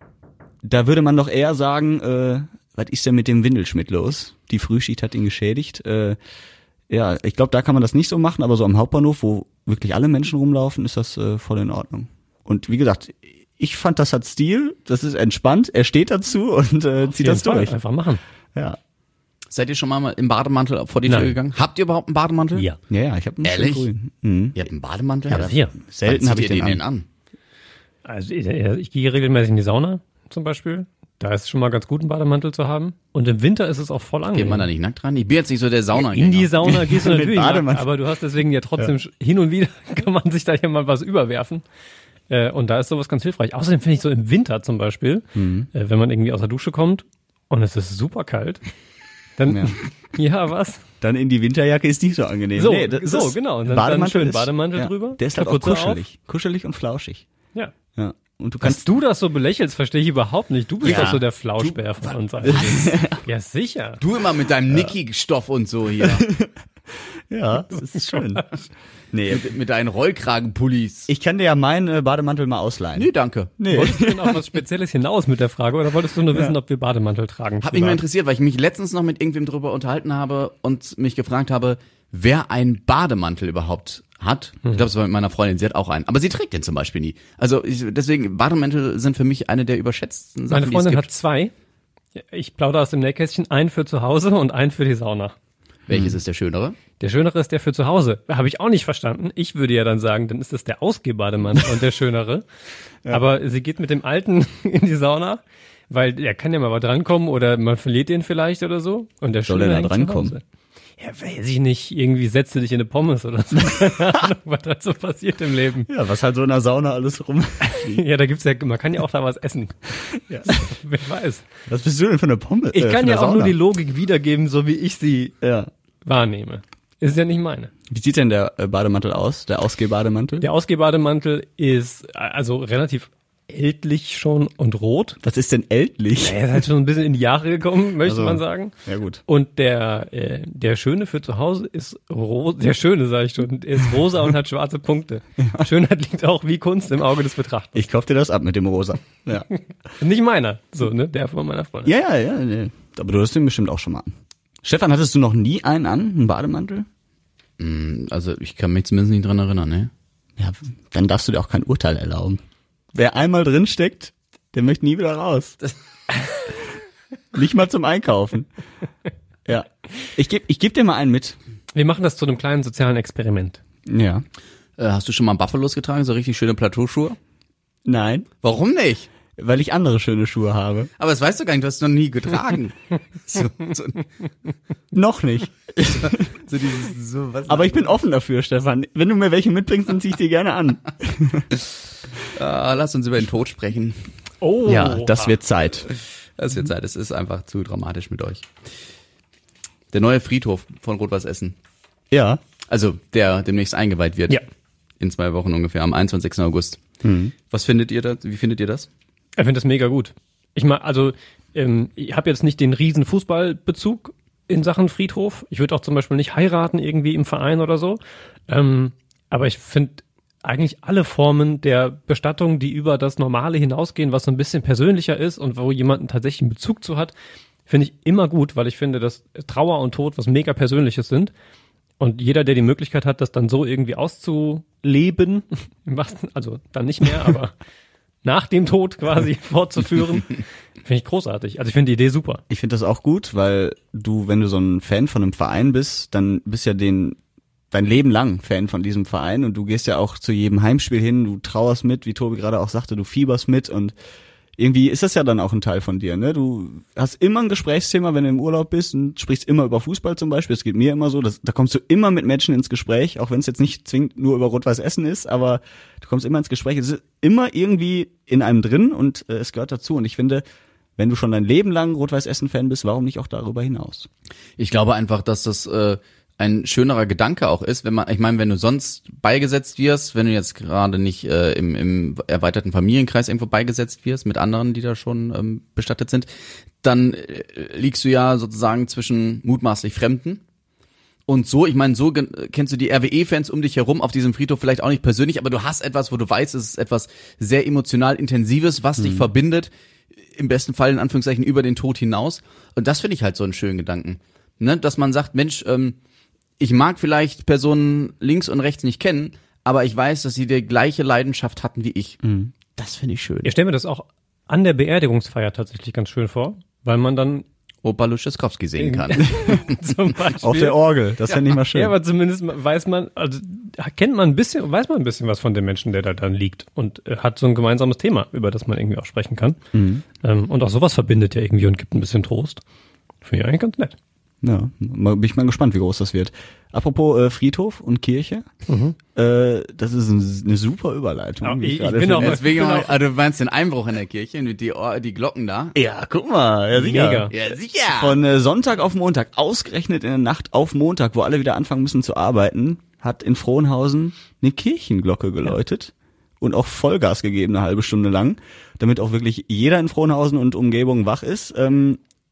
da würde man doch eher sagen, äh, was ist denn mit dem Windelschmidt los? Die Frühschicht hat ihn geschädigt. Äh, ja, ich glaube, da kann man das nicht so machen, aber so am Hauptbahnhof, wo wirklich alle Menschen rumlaufen, ist das äh, voll in Ordnung. Und wie gesagt, ich fand, das hat Stil, das ist entspannt, er steht dazu und äh, Auf zieht jeden das Fall. durch. Einfach machen. Ja. Seid ihr schon mal im Bademantel vor die Tür Nein. gegangen? Habt ihr überhaupt einen Bademantel? Ja. Ja, ja, ich habe einen Ehrlich? grün. Mhm. Ihr habt einen Bademantel? Ja, das hier. Selten Wann habe zieht ich ihr den den an. denn an? Also ich, ich gehe regelmäßig in die Sauna zum Beispiel. Da ist schon mal ganz gut, einen Bademantel zu haben. Und im Winter ist es auch voll angenehm. Geht man da nicht nackt rein? Ich bin jetzt nicht so der Sauna. In die Sauna gehst du Mit natürlich nackt, Bademantel. aber du hast deswegen ja trotzdem sch- hin und wieder kann man sich da ja mal was überwerfen. Äh, und da ist sowas ganz hilfreich. Außerdem finde ich so im Winter zum Beispiel, Mhm. äh, wenn man irgendwie aus der Dusche kommt und es ist super kalt, dann, Ja. ja, was? Dann in die Winterjacke ist nicht so angenehm. So, das so, ist- genau. Und dann- dann schön Bademantel ja, drüber, Der ist halt auch Kapuze auf. kuschelig. Kuschelig und flauschig. Ja. Ja. Und du Dass kannst, du das so belächelst, verstehe ich überhaupt nicht. Du bist Ja. doch so der Flauschbär von uns allen. Ja, sicher. Du immer mit deinem Niki-Stoff und so hier. Ja, das ist schön. Nee, Mit, mit deinen Rollkragenpullis. ich kann dir ja meinen äh, Bademantel mal ausleihen. Nee, danke. Nee. Wolltest du denn auf was Spezielles hinaus mit der Frage oder wolltest du nur wissen, Ja. ob wir Bademantel tragen? Hat mich mal privat? interessiert, weil ich mich letztens noch mit irgendwem drüber unterhalten habe und mich gefragt habe, wer einen Bademantel überhaupt hat. Ich glaube, es war mit meiner Freundin, sie hat auch einen. Aber sie trägt den zum Beispiel nie. Also ich, deswegen, Bademantel sind für mich eine der überschätzten Sachen, Meine Freundin die es hat gibt. zwei. Ich plaudere aus dem Nähkästchen, einen für zu Hause und einen für die Sauna. Welches ist der schönere? Der schönere ist der für zu Hause. Habe ich auch nicht verstanden. Ich würde ja dann sagen, dann ist das der Ausgehbademantel und der schönere. Aber sie geht mit dem alten in die Sauna, weil der kann ja mal was drankommen oder man verliert den vielleicht oder so. Und der Soll schöne der da hängt zu drankommen? Hause. Ja, weiß ich nicht. Irgendwie setzt du dich in eine Pommes oder so. Keine Ahnung, was da so passiert im Leben. Ja, was halt so in der Sauna alles rum. Ja, da gibt's ja, man kann ja auch da was essen. Ja. Wer weiß. Was bist du denn für eine Pommes? Ich äh, kann für ja eine auch nur Sauna? die Logik wiedergeben, so wie ich sie Ja. wahrnehme. Ist ja nicht meine. Wie sieht denn der äh, Bademantel aus? Der Ausgehbademantel? Der Ausgehbademantel ist äh, also relativ ältlich schon und rot. Was ist denn ältlich? Er ist halt schon ein bisschen in die Jahre gekommen, möchte Also, man sagen. Ja gut. Und der äh, der Schöne für zu Hause ist rosa, der Schöne sage ich schon, ist rosa und hat schwarze Punkte. Schönheit liegt auch wie Kunst im Auge des Betrachters. Ich kauf dir das ab mit dem Rosa. Ja. Nicht meiner, so ne, der von meiner Freundin. Ja, ja, ja. Nee. Aber du hast den bestimmt auch schon mal an. Stefan, hattest du noch nie einen an, einen Bademantel? Also ich kann mich zumindest nicht dran erinnern, ne? Ja, dann darfst du dir auch kein Urteil erlauben. Wer einmal drin steckt, der möchte nie wieder raus. Nicht mal zum Einkaufen. Ja. Ich geb, ich geb dir mal einen mit. Wir machen das zu einem kleinen sozialen Experiment. Ja. Äh, hast du schon mal Buffalos getragen, so richtig schöne Plateauschuhe? Nein, Warum nicht? weil ich andere schöne Schuhe habe. Aber das weißt du gar nicht, du hast es noch nie getragen. so, so, Noch nicht. so dieses, so, was Aber ich bin offen dafür, Stefan. Wenn du mir welche mitbringst, dann zieh ich dir gerne an. Ah, lass uns über den Tod sprechen. Oh, Ja, das wird Zeit. Das wird Zeit, es ist einfach zu dramatisch mit euch. Der neue Friedhof von Rot-Weiß Essen. Ja. Also, der demnächst eingeweiht wird. Ja. In zwei Wochen ungefähr, am einundzwanzigsten August. Hm. Was findet ihr da? Wie findet ihr das? Ich finde das mega gut. Ich meine, also ähm, ich habe jetzt nicht den riesen Fußballbezug in Sachen Friedhof. Ich würde auch zum Beispiel nicht heiraten irgendwie im Verein oder so. Ähm, aber ich finde eigentlich alle Formen der Bestattung, die über das Normale hinausgehen, was so ein bisschen persönlicher ist und wo jemand tatsächlich einen Bezug zu hat, finde ich immer gut, weil ich finde, dass Trauer und Tod was mega Persönliches sind. Und jeder, der die Möglichkeit hat, das dann so irgendwie auszuleben, im wahrsten- also dann nicht mehr, aber nach dem Tod quasi fortzuführen, finde ich großartig. Also ich finde die Idee super. Ich finde das auch gut, weil du, wenn du so ein Fan von einem Verein bist, dann bist ja den dein Leben lang Fan von diesem Verein und du gehst ja auch zu jedem Heimspiel hin, du trauerst mit, wie Tobi gerade auch sagte, du fieberst mit und irgendwie ist das ja dann auch ein Teil von dir, ne? Du hast immer ein Gesprächsthema, wenn du im Urlaub bist und sprichst immer über Fußball zum Beispiel. Das geht mir immer so. Das, da kommst du immer mit Menschen ins Gespräch, auch wenn es jetzt nicht zwingend nur über Rot-Weiß Essen ist, aber du kommst immer ins Gespräch. Es ist immer irgendwie in einem drin und äh, es gehört dazu. Und ich finde, wenn du schon dein Leben lang Rot-Weiß Essen-Fan bist, warum nicht auch darüber hinaus? Ich glaube einfach, dass das äh, ein schönerer Gedanke auch ist, wenn man, ich meine, wenn du sonst beigesetzt wirst, wenn du jetzt gerade nicht äh, im, im erweiterten Familienkreis irgendwo beigesetzt wirst mit anderen, die da schon ähm, bestattet sind, dann äh, liegst du ja sozusagen zwischen mutmaßlich Fremden. Und so, ich meine, so gen- kennst du die R W E-Fans um dich herum auf diesem Friedhof vielleicht auch nicht persönlich, aber du hast etwas, wo du weißt, es ist etwas sehr emotional Intensives, was dich verbindet, im besten Fall in Anführungszeichen über den Tod hinaus. Und das finde ich halt so einen schönen Gedanken, ne? Dass man sagt, Mensch, ähm, ich mag vielleicht Personen links und rechts nicht kennen, aber ich weiß, dass sie die gleiche Leidenschaft hatten wie ich. Mhm. Das finde ich schön. Ich stelle mir das auch an der Beerdigungsfeier tatsächlich ganz schön vor, weil man dann Opa Luschewskowski sehen kann. zum Beispiel Auf der Orgel, das fände ich mal schön. Ja, aber zumindest weiß man, also kennt man ein bisschen, weiß man ein bisschen was von dem Menschen, der da dann liegt und äh, hat so ein gemeinsames Thema, über das man irgendwie auch sprechen kann. Mhm. Ähm, und auch sowas verbindet ja irgendwie und gibt ein bisschen Trost. Finde ich eigentlich ganz nett. Ja, mal, bin ich mal gespannt, wie groß das wird. Apropos äh, Friedhof und Kirche, mhm. äh, das ist ein, eine super Überleitung. Ja, wie ich- gerade ich bin finde. auch- Deswegen, Ich bin auch- also du meinst den Einbruch in der Kirche, mit die, Or- die Glocken da? Ja, guck mal, ja sicher. Mega. Ja, sicher. Von äh, Sonntag auf Montag, ausgerechnet in der Nacht auf Montag, wo alle wieder anfangen müssen zu arbeiten, hat in Frohnhausen eine Kirchenglocke geläutet und auch Vollgas gegeben eine halbe Stunde lang, damit auch wirklich jeder in Frohnhausen und Umgebung wach ist. Ähm,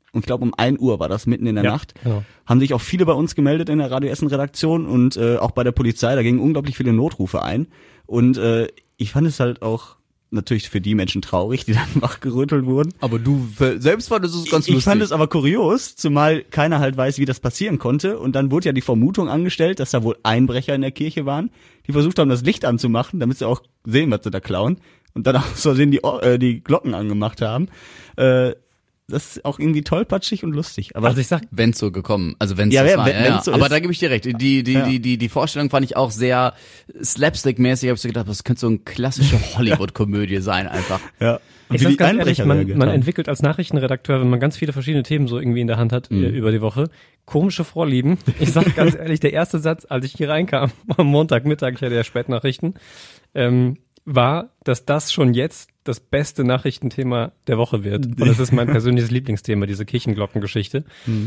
und ich glaube um ein Uhr war das mitten in der Ja, Nacht, genau. haben sich auch viele bei uns gemeldet in der Radio Essen Redaktion und äh, auch bei der Polizei, da gingen unglaublich viele Notrufe ein und äh, ich fand es halt auch natürlich für die Menschen traurig, die dann wachgerüttelt wurden. Aber du selbst fandest es ganz Ich lustig. fand es aber kurios, zumal keiner halt weiß, wie das passieren konnte. Und dann wurde ja die Vermutung angestellt, dass da wohl Einbrecher in der Kirche waren, die versucht haben, das Licht anzumachen, damit sie auch sehen, was sie da klauen. Und dann auch so sehen die, äh, die Glocken angemacht haben. Äh, das ist auch irgendwie tollpatschig und lustig. Aber Also ich sag, Wenn's so gekommen, also wenn's Ja, das wenn- war, wenn- ja, ja. wenn's so Aber ist. da gebe ich dir recht. Die die Ja. die die die Vorstellung fand ich auch sehr slapstick-mäßig. Habe ich so gedacht, das könnte so eine klassische Hollywood-Komödie sein einfach. ja. Und ich wie sag die ganz ehrlich, Einbrecher man, reagiert man haben. entwickelt als Nachrichtenredakteur, wenn man ganz viele verschiedene Themen so irgendwie in der Hand hat Mhm. äh, über die Woche, komische Vorlieben. Ich sag ganz ehrlich, der erste Satz, als ich hier reinkam, am Montagmittag, ich hatte ja Spätnachrichten, ähm, war, dass das schon jetzt das beste Nachrichtenthema der Woche wird. Und das ist mein persönliches Lieblingsthema, diese Kirchenglockengeschichte.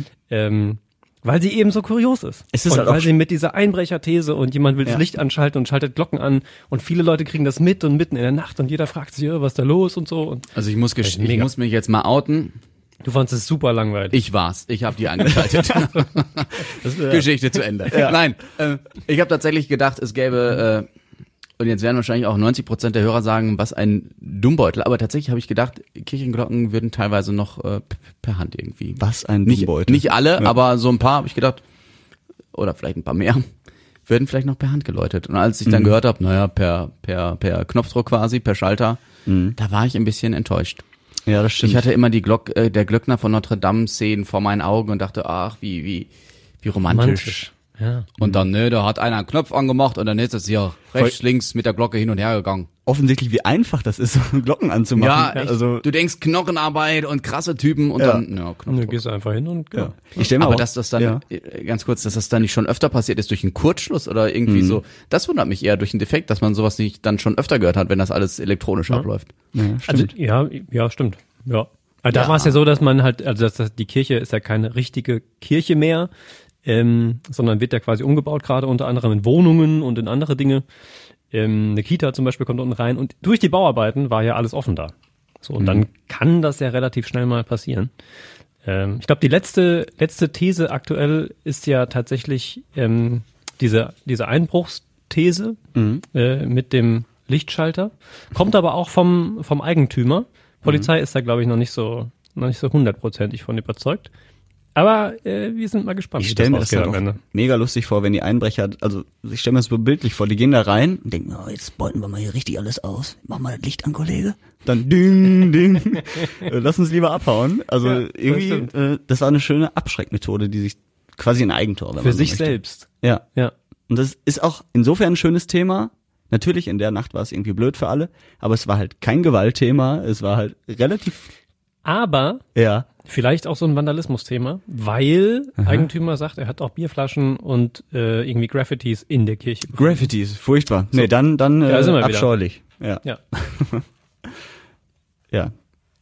Ähm, weil sie eben so kurios ist. Es ist und halt auch weil sie mit dieser Einbrecherthese und jemand will das Ja. Licht anschalten und schaltet Glocken an und viele Leute kriegen das mit und mitten in der Nacht und jeder fragt sich, ja, was ist da los und so. Und Also ich muss gesch- ich Mega. muss mich jetzt mal outen. du fandst es super langweilig. Ich war's. Ich habe die angeschaltet. Geschichte zu Ende. Nein, äh, ich habe tatsächlich gedacht, es gäbe äh, und jetzt werden wahrscheinlich auch neunzig Prozent der Hörer sagen, was ein Dummbeutel. Aber tatsächlich habe ich gedacht, Kirchenglocken würden teilweise noch äh, p- per Hand irgendwie. Was ein Nicht, Dummbeutel. nicht alle, Ja. aber so ein paar habe ich gedacht, oder vielleicht ein paar mehr, werden vielleicht noch per Hand geläutet. Und als ich dann Mhm. gehört habe, naja, per, per, per Knopfdruck quasi, per Schalter, Mhm. da war ich ein bisschen enttäuscht. Ja, das stimmt. Ich hatte immer die Glock, äh, der Glöckner von Notre Dame Szenen vor meinen Augen und dachte, ach, wie, wie, wie romantisch. Romantisch. Ja. Und dann, ne, da hat einer einen Knopf angemacht und dann ist es hier rechts, links mit der Glocke hin und her gegangen. offensichtlich, wie einfach das ist, so Glocken anzumachen. Ja, echt. also Du denkst Knochenarbeit und krasse Typen und Ja. dann, ja, Und Knopf. dann gehst du einfach hin und ja. Ich stell mir Aber auch, dass das dann, ja. äh, ganz kurz, dass das dann nicht schon öfter passiert ist durch einen Kurzschluss oder irgendwie Mhm. so, das wundert mich eher durch einen Defekt, dass man sowas nicht dann schon öfter gehört hat, wenn das alles elektronisch abläuft. Ja, Also stimmt. ja, ja, stimmt. Ja. Aber da Ja. war es ja so, dass man halt, also dass, dass die Kirche ist ja keine richtige Kirche mehr, ähm, sondern wird ja quasi umgebaut, gerade unter anderem in Wohnungen und in andere Dinge. Ähm, eine Kita zum Beispiel kommt unten rein und durch die Bauarbeiten war ja alles offen da. So, und dann kann das ja relativ schnell mal passieren. Ähm, ich glaube, die letzte letzte These aktuell ist ja tatsächlich ähm, diese diese Einbruchsthese äh, mit dem Lichtschalter. Kommt aber auch vom vom Eigentümer. Polizei ist da, glaube ich, noch nicht so noch nicht so hundertprozentig von überzeugt. Aber äh, wir sind mal gespannt, Ich wie stelle mir das ausgeht halt am auch Ende. mega lustig vor, wenn die Einbrecher, also ich stelle mir das so bildlich vor, die gehen da rein und denken, oh, jetzt beuten wir mal hier richtig alles aus. Mach mal das Licht an, Kollege. Dann ding, ding. Äh, Lass uns lieber abhauen. Also Ja, das irgendwie, stimmt. äh, das war eine schöne Abschreckmethode, die sich quasi ein Eigentor, wenn man Für so sich möchte. selbst. Ja. Ja. Und das ist auch insofern ein schönes Thema. Natürlich, in der Nacht war es irgendwie blöd für alle, aber es war halt kein Gewaltthema. Es war halt relativ, Aber ja, vielleicht auch so ein Vandalismus-Thema, weil Eigentümer sagt, er hat auch Bierflaschen und äh, irgendwie Graffitis in der Kirche. Graffitis, furchtbar. Nee, dann, dann Ja, äh, sind wir wieder. abscheulich. Ja. Ja. Ja.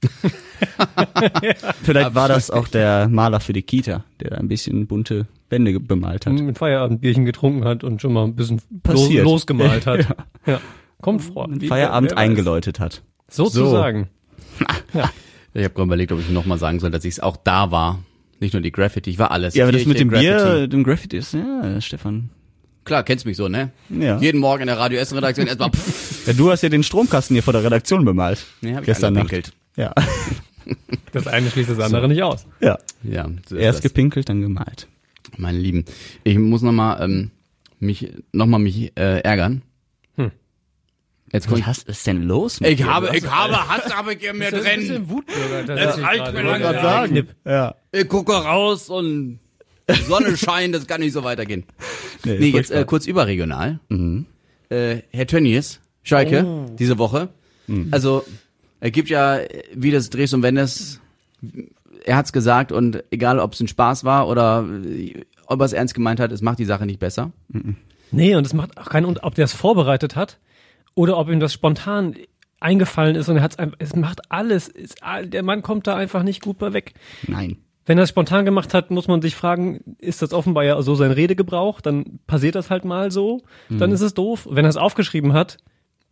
Vielleicht war das auch der Maler für die Kita, der da ein bisschen bunte Wände ge- bemalt hat. Ein Feierabendbierchen getrunken hat und schon mal ein bisschen los, Passiert. losgemalt hat. ja. Kommt vor. Einen Wie- Feierabend wer weiß. eingeläutet hat. Sozusagen. Ich habe gerade überlegt, ob ich nochmal sagen soll, dass ich es auch da war. Nicht nur die Graffiti, ich war alles. Ja, aber das Kirche, mit dem Graffiti. Bier, dem Graffiti ist, ja, Stefan. Klar, kennst mich so, ne? Ja. Jeden Morgen in der Radio Essen Redaktion erstmal pff, Ja, du hast ja den Stromkasten hier vor der Redaktion bemalt. nee, hab ich Gestern Nacht. angepinkelt. Ja. Das eine schließt das andere nicht aus. Ja. Ja, so ist Erst das. gepinkelt, dann gemalt. Meine Lieben, ich muss nochmal ähm, mich nochmal mich äh, ärgern. Hm. Jetzt komm Was ich, hast, was ist denn los mit ich dir? habe, Du ich habe Hass aber in mir Das ist ein drin. bisschen Wutbürger. Das reicht mir lang. gerade. sagen. Knipp. Ja. Ich gucke raus und die Sonne scheint, das kann nicht so weitergehen. Nee, Nee, jetzt furchtbar. äh, kurz überregional. Mhm. Äh, Herr Tönnies, Schalke, Oh. diese Woche. Also, er gibt ja, äh, wie das Drehs und Wendes, er hat's gesagt und egal, ob es ein Spaß war oder äh, ob er es ernst gemeint hat, es macht die Sache nicht besser. Nee, und es macht auch keinen Unterschied, ob der es vorbereitet hat oder ob ihm das spontan eingefallen ist und er hat's einfach, es macht alles. Es, der Mann kommt da einfach nicht gut bei weg. Nein. Wenn er es spontan gemacht hat, muss man sich fragen, ist das offenbar ja so sein Redegebrauch? Dann passiert das halt mal so. Dann ist es doof. Wenn er es aufgeschrieben hat,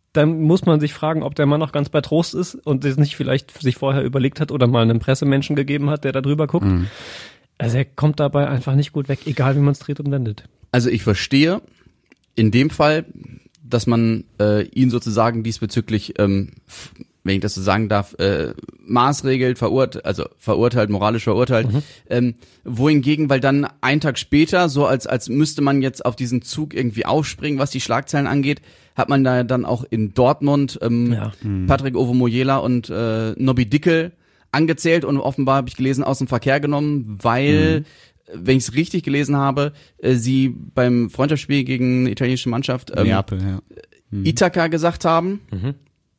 dann muss man sich fragen, ob der Mann noch ganz bei Trost ist und es nicht vielleicht sich vorher überlegt hat oder mal einen Pressemenschen gegeben hat, der da drüber guckt. Mhm. Also er kommt dabei einfach nicht gut weg, egal wie man es dreht und wendet. Also ich verstehe in dem Fall, dass man äh, ihn sozusagen diesbezüglich, ähm, f- wenn ich das so sagen darf, äh, maßregelt, verurteilt, also verurteilt, moralisch verurteilt, mhm. ähm, wohingegen, weil dann einen Tag später, so als als müsste man jetzt auf diesen Zug irgendwie aufspringen, was die Schlagzeilen angeht, hat man da dann auch in Dortmund ähm, ja. mhm. Patrick Ovomoyela und äh, Nobby Dickel angezählt und offenbar habe ich gelesen, aus dem Verkehr genommen, weil, mhm. wenn ich es richtig gelesen habe, äh, sie beim Freundschaftsspiel gegen die italienische Mannschaft ähm, Neapel, ja. mhm. Ithaka gesagt haben. Mhm.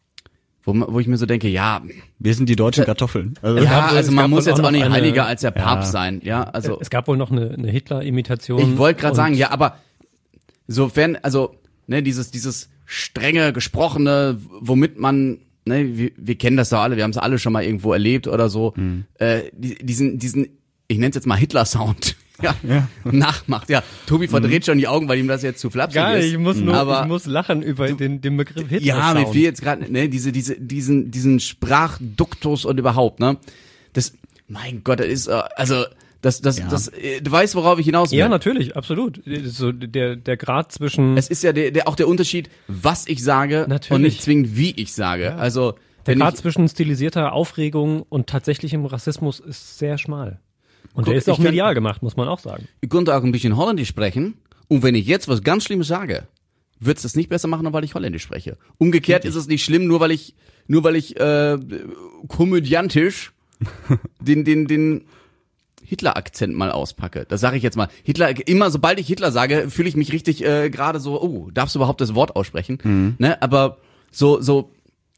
Wo, wo ich mir so denke, ja, wir sind die deutschen Kartoffeln. Also, ja, wohl, also man muss jetzt auch, auch nicht eine, heiliger als der Papst ja. sein, ja, also. Es gab wohl noch eine, eine Hitler-Imitation. Ich wollte gerade sagen, ja, aber sofern, also, ne, dieses, dieses strenge, gesprochene, womit man, ne, wir, wir kennen das doch alle, wir haben es alle schon mal irgendwo erlebt oder so, mhm. äh, diesen, diesen, ich nenne es jetzt mal Hitler-Sound. Ja, ja, nachmacht, ja. Tobi verdreht mhm. schon die Augen, weil ihm das jetzt zu flapsig Geil, ist. ich muss nur, aber, ich muss lachen über du, den, den Begriff Hitler. Ja, mir fiel jetzt gerade, ne, diese, diese, diesen, diesen Sprachduktus und überhaupt, ne. Das, mein Gott, das ist, also, das, das, ja. das, du weißt, worauf ich hinaus will. Ja, natürlich, absolut. So, der, der Grad zwischen. Es ist ja der, der, auch der Unterschied, was ich sage natürlich. Und nicht zwingend, wie ich sage. Ja. Also, der Grad ich, zwischen stilisierter Aufregung und tatsächlichem Rassismus ist sehr schmal. Und Guck, der ist auch medial gemacht, muss man auch sagen. Ich konnte auch ein bisschen Holländisch sprechen. Und wenn ich jetzt was ganz Schlimmes sage, wird's das nicht besser machen, nur weil ich Holländisch spreche. Umgekehrt Richtig. Ist es nicht schlimm, nur weil ich, nur weil ich äh, komödiantisch den, den, den Hitler-Akzent mal auspacke. Das sage ich jetzt mal. Hitler, immer sobald ich Hitler sage, fühle ich mich richtig äh, gerade so, oh, darfst du überhaupt das Wort aussprechen? Mhm. Ne? Aber so, so.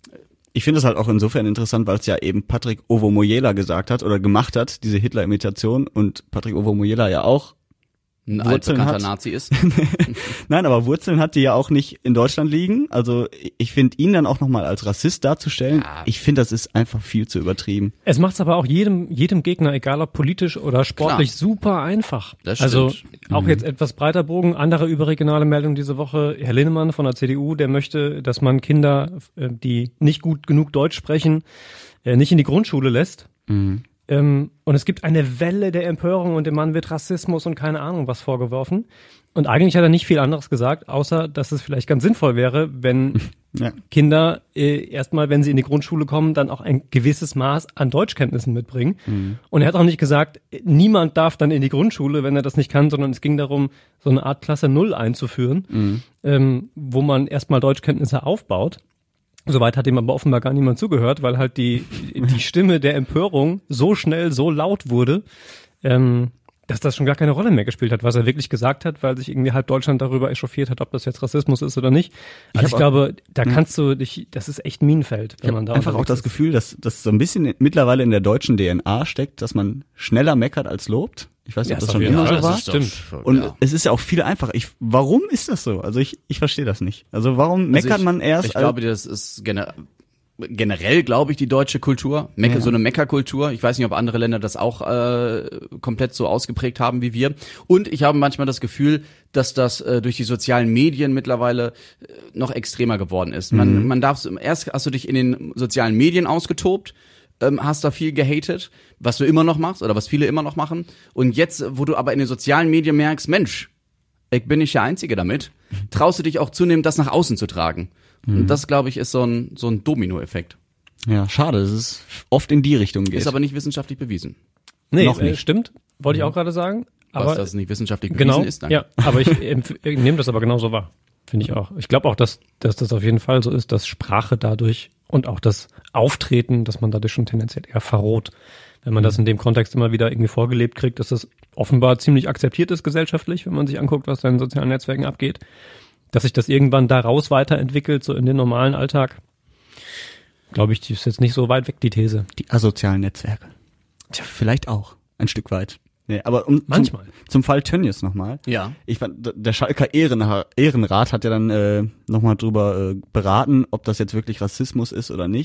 Ich finde es halt auch insofern interessant, weil es ja eben Patrick Ovomoyela gesagt hat oder gemacht hat, diese Hitler-Imitation, und Patrick Ovomoyela ja auch ein altbekannter Nazi ist. Nein, aber Wurzeln hat, die ja auch nicht in Deutschland liegen. Also ich finde ihn dann auch nochmal als Rassist darzustellen, ja. ich finde, das ist einfach viel zu übertrieben. Es macht es aber auch jedem jedem Gegner, egal ob politisch oder sportlich, Klar. super einfach. Das stimmt. Also auch mhm. jetzt etwas breiter Bogen, andere überregionale Meldung diese Woche. Herr Linnemann von der C D U, der möchte, dass man Kinder, die nicht gut genug Deutsch sprechen, nicht in die Grundschule lässt. Mhm. Ähm, und es gibt eine Welle der Empörung und dem Mann wird Rassismus und keine Ahnung was vorgeworfen. Und eigentlich hat er nicht viel anderes gesagt, außer dass es vielleicht ganz sinnvoll wäre, wenn ja. Kinder äh, erstmal, wenn sie in die Grundschule kommen, dann auch ein gewisses Maß an Deutschkenntnissen mitbringen. Mhm. Und er hat auch nicht gesagt, niemand darf dann in die Grundschule, wenn er das nicht kann, sondern es ging darum, so eine Art Klasse Null einzuführen, mhm. ähm, wo man erstmal Deutschkenntnisse aufbaut. Soweit hat ihm aber offenbar gar niemand zugehört, weil halt die die Stimme der Empörung so schnell, so laut wurde, ähm, dass das schon gar keine Rolle mehr gespielt hat, was er wirklich gesagt hat, weil sich irgendwie halb Deutschland darüber echauffiert hat, ob das jetzt Rassismus ist oder nicht. Also ich, ich glaube, auch, da kannst du dich, das ist echt Minenfeld, wenn man da einfach auch das ist. Gefühl, dass das so ein bisschen mittlerweile in der deutschen D N A steckt, dass man schneller meckert als lobt. Ich weiß nicht, ja, ob das schon immer so war. Stimmt. Und ja. es ist ja auch viel einfacher. Ich, warum ist das so? Also ich, ich verstehe das nicht. Also warum also meckert ich, man erst? Ich glaube, das ist generell, generell glaube ich, die deutsche Kultur. Mecker, ja. So eine Meckerkultur. Ich weiß nicht, ob andere Länder das auch äh, komplett so ausgeprägt haben wie wir. Und ich habe manchmal das Gefühl, dass das äh, durch die sozialen Medien mittlerweile äh, noch extremer geworden ist. Man, mhm. man darf, erst hast du dich in den sozialen Medien ausgetobt, hast da viel gehatet, was du immer noch machst oder was viele immer noch machen. Und jetzt, wo du aber in den sozialen Medien merkst, Mensch, ich bin nicht der Einzige damit, traust du dich auch zunehmend, das nach außen zu tragen. Mhm. Und das, glaube ich, ist so ein so ein Domino-Effekt. Ja, schade, dass es oft in die Richtung geht. Ist aber nicht wissenschaftlich bewiesen. Nee, noch nicht. Äh, stimmt, wollte ich auch gerade sagen. Aber was, dass es nicht wissenschaftlich bewiesen genau, ist, danke. Ja, aber ich, ich nehme das aber genauso wahr. Finde ich auch. Ich glaube auch, dass, dass das auf jeden Fall so ist, dass Sprache dadurch und auch das Auftreten, dass man dadurch schon tendenziell eher verroht. Wenn man mhm. das in dem Kontext immer wieder irgendwie vorgelebt kriegt, dass das offenbar ziemlich akzeptiert ist gesellschaftlich, wenn man sich anguckt, was da in sozialen Netzwerken abgeht. Dass sich das irgendwann daraus weiterentwickelt, so in den normalen Alltag, glaube ich, die ist jetzt nicht so weit weg, die These. Die asozialen Netzwerke. Tja, vielleicht auch. Ein Stück weit. Nee, aber um Manchmal. Zum, zum Fall Tönnies nochmal. Ja. Ich fand, der Schalker Ehrenha- Ehrenrat hat ja dann äh, nochmal drüber äh, beraten, ob das jetzt wirklich Rassismus ist oder nicht.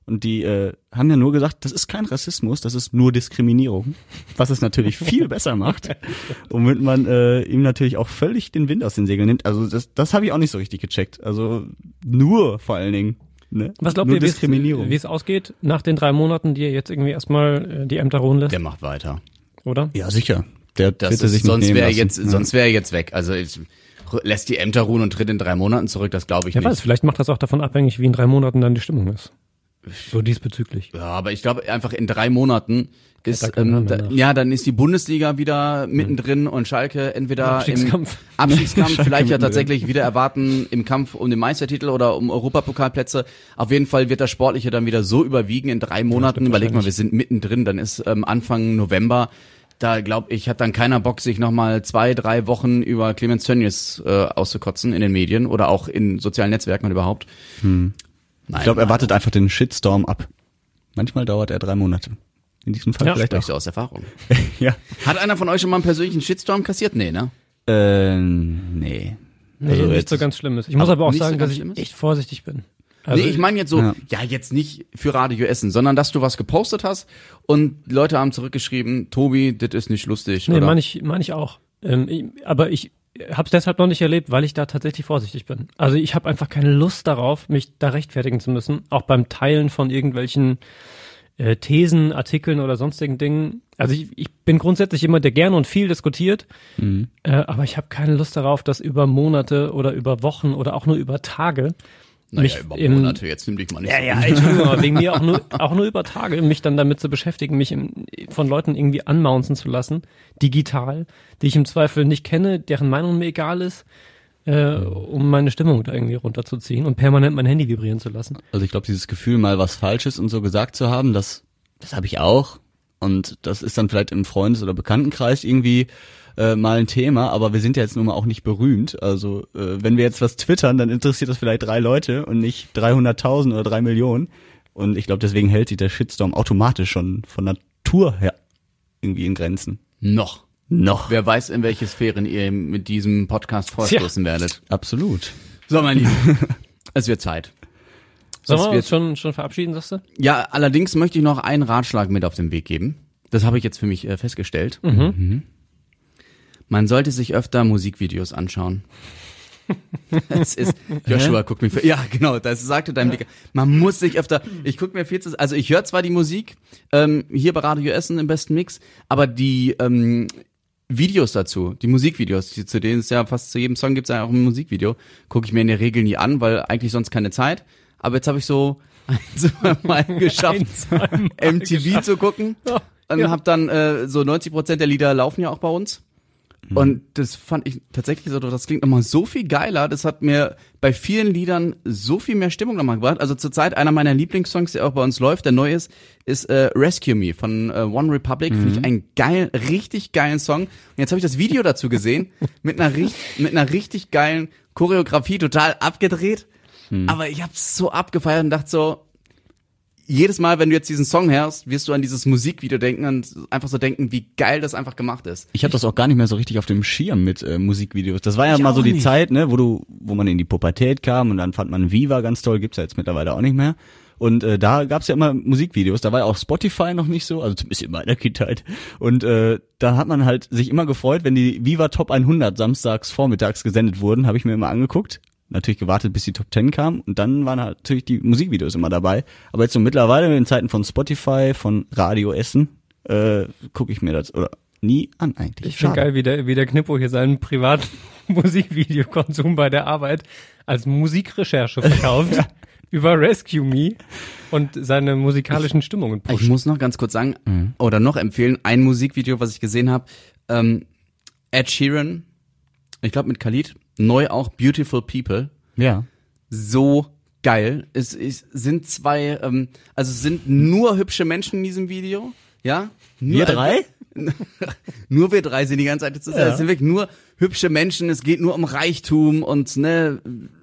Und die äh, haben ja nur gesagt, das ist kein Rassismus, das ist nur Diskriminierung, was es natürlich viel besser macht, womit man äh, ihm natürlich auch völlig den Wind aus den Segeln nimmt. Also das, das habe ich auch nicht so richtig gecheckt. Also nur vor allen Dingen. Ne? Was glaubt nur ihr, wie es- Diskriminierung. wie es ausgeht nach den drei Monaten, die er jetzt irgendwie erstmal äh, die Ämter ruhen lässt, Der macht weiter. oder? Ja, sicher. Der Das wird er ist, sich sonst nicht nehmen wäre lassen. jetzt, Ja. sonst wäre er jetzt weg. Also ich, lässt die Ämter ruhen und tritt in drei Monaten zurück, das glaube ich Wer nicht. weiß, vielleicht macht das auch davon abhängig, wie in drei Monaten dann die Stimmung ist. So diesbezüglich. Ja, aber ich glaube einfach in drei Monaten ist, da keinen ähm, Hahn da, danach. ja, dann ist die Bundesliga wieder mittendrin und Schalke entweder Abstiegskampf. im Abstiegskampf, Schalke vielleicht ja mittendrin. tatsächlich wieder erwarten im Kampf um den Meistertitel oder um Europapokalplätze. Auf jeden Fall wird das Sportliche dann wieder so überwiegen in drei Monaten. stimmt Überleg mal, wir wahrscheinlich. sind mittendrin, dann ist ähm, Anfang November. Da glaube ich, hat dann keiner Bock, sich nochmal zwei, drei Wochen über Clemens Tönnies äh, auszukotzen in den Medien oder auch in sozialen Netzwerken und überhaupt. Nein, Ich glaube, er wartet einfach den Shitstorm ab. Manchmal dauert er drei Monate. In diesem Fall Ja, vielleicht sprichst auch. du aus Erfahrung. Ja. Hat einer von euch schon mal einen persönlichen Shitstorm kassiert? Nee, ne? Ähm, nee. Nee, Also nicht jetzt- so ganz schlimm ist. Ich muss aber auch nicht so sagen, ganz dass ich schlimm ist? echt vorsichtig bin. Also nee, ich meine jetzt so, ja. Ja. jetzt nicht für Radio Essen, sondern dass du was gepostet hast und Leute haben zurückgeschrieben, Tobi, das ist nicht lustig. Nee, oder? meine ich, meine ich auch. Ähm, ich, aber ich habe es deshalb noch nicht erlebt, weil ich da tatsächlich vorsichtig bin. Also ich habe einfach keine Lust darauf, mich da rechtfertigen zu müssen, auch beim Teilen von irgendwelchen äh, Thesen, Artikeln oder sonstigen Dingen. Also ich, ich bin grundsätzlich jemand, der gerne und viel diskutiert, Mhm. äh, aber ich habe keine Lust darauf, das über Monate oder über Wochen oder auch nur über Tage naja, mich über im- Monate, jetzt nimm dich mal nicht Ja, so. ja, Entschuldigung, aber wegen mir auch nur, auch nur über Tage, mich dann damit zu beschäftigen, mich im, von Leuten irgendwie anmaunzen zu lassen, digital, die ich im Zweifel nicht kenne, deren Meinung mir egal ist, äh, um meine Stimmung da irgendwie runterzuziehen und permanent mein Handy vibrieren zu lassen. Also ich glaube, dieses Gefühl, mal was Falsches und so gesagt zu haben, das, das habe ich auch. Und das ist dann vielleicht im Freundes- oder Bekanntenkreis irgendwie äh, mal ein Thema, aber wir sind ja jetzt nun mal auch nicht berühmt. Also äh, wenn wir jetzt was twittern, dann interessiert das vielleicht drei Leute und nicht dreihunderttausend oder drei Millionen. Und ich glaube, deswegen hält sich der Shitstorm automatisch schon von Natur her irgendwie in Grenzen. Noch. Noch. Wer weiß, in welche Sphären ihr mit diesem Podcast vorstoßen werdet. Absolut. So, mein Lieben, es wird Zeit. Sollen Es wir wird- uns schon, schon verabschieden, sagst du? Ja, allerdings möchte ich noch einen Ratschlag mit auf den Weg geben. Das habe ich jetzt für mich äh, festgestellt. Mhm. Man sollte sich öfter Musikvideos anschauen. Es ist, Joshua guckt mir, ja genau, das sagte dein Blick. Man muss sich öfter, ich gucke mir viel zu, also ich höre zwar die Musik, ähm, hier bei Radio Essen im besten Mix, aber die ähm, Videos dazu, die Musikvideos, die, zu denen es ja fast zu jedem Song gibt es ja auch ein Musikvideo, gucke ich mir in der Regel nie an, weil eigentlich sonst keine Zeit. Aber jetzt habe ich so ein, zwei Mal geschafft, Ein, zwei Mal M T V zu gucken. Und Ja. hab dann äh, so neunzig Prozent der Lieder laufen ja auch bei uns. Und das fand ich tatsächlich so, das klingt nochmal so viel geiler. Das hat mir bei vielen Liedern so viel mehr Stimmung nochmal gebracht. Also zurzeit einer meiner Lieblingssongs, der auch bei uns läuft, der neu ist, ist äh, Rescue Me von äh, One Republic. Finde ich einen geil, richtig geilen Song. Und jetzt habe ich das Video dazu gesehen, mit einer, richt- mit einer richtig geilen Choreografie, total abgedreht. Aber ich hab's so abgefeiert und dachte so, jedes Mal, wenn du jetzt diesen Song hörst, wirst du an dieses Musikvideo denken und einfach so denken, wie geil das einfach gemacht ist. Ich habe das auch gar nicht mehr so richtig auf dem Schirm mit äh, Musikvideos. Das war ja Ich mal so auch die nicht. Zeit, ne, wo du, wo man in die Pubertät kam und dann fand man Viva ganz toll, gibt's ja jetzt mittlerweile auch nicht mehr. Und äh, da gab's ja immer Musikvideos. Da war ja auch Spotify noch nicht so, also zumindest in meiner Kindheit. Und äh, da hat man halt sich immer gefreut, wenn die Viva Top hundert samstags vormittags gesendet wurden, habe ich mir immer angeguckt. Natürlich gewartet, bis die Top zehn kam und dann waren halt natürlich die Musikvideos immer dabei. Aber jetzt so mittlerweile in Zeiten von Spotify, von Radio Essen, äh, gucke ich mir das oder nie an eigentlich. Ich finde Schade. geil, wie der, wie der Knippo hier seinen privaten Musikvideokonsum bei der Arbeit als Musikrecherche verkauft über Rescue Me und seine musikalischen Stimmungen pusht. Ich muss noch ganz kurz sagen, Mhm. oder noch empfehlen, ein Musikvideo, was ich gesehen habe, ähm, Ed Sheeran, ich glaube mit Khalid, neu auch Beautiful People, Ja. so geil. Es, es sind zwei, ähm, also es sind nur hübsche Menschen in diesem Video, ja? Nur, Wir drei? Nur wir drei sind die ganze Zeit zu sehen. Ja. Es sind wirklich nur hübsche Menschen, es geht nur um Reichtum und ne,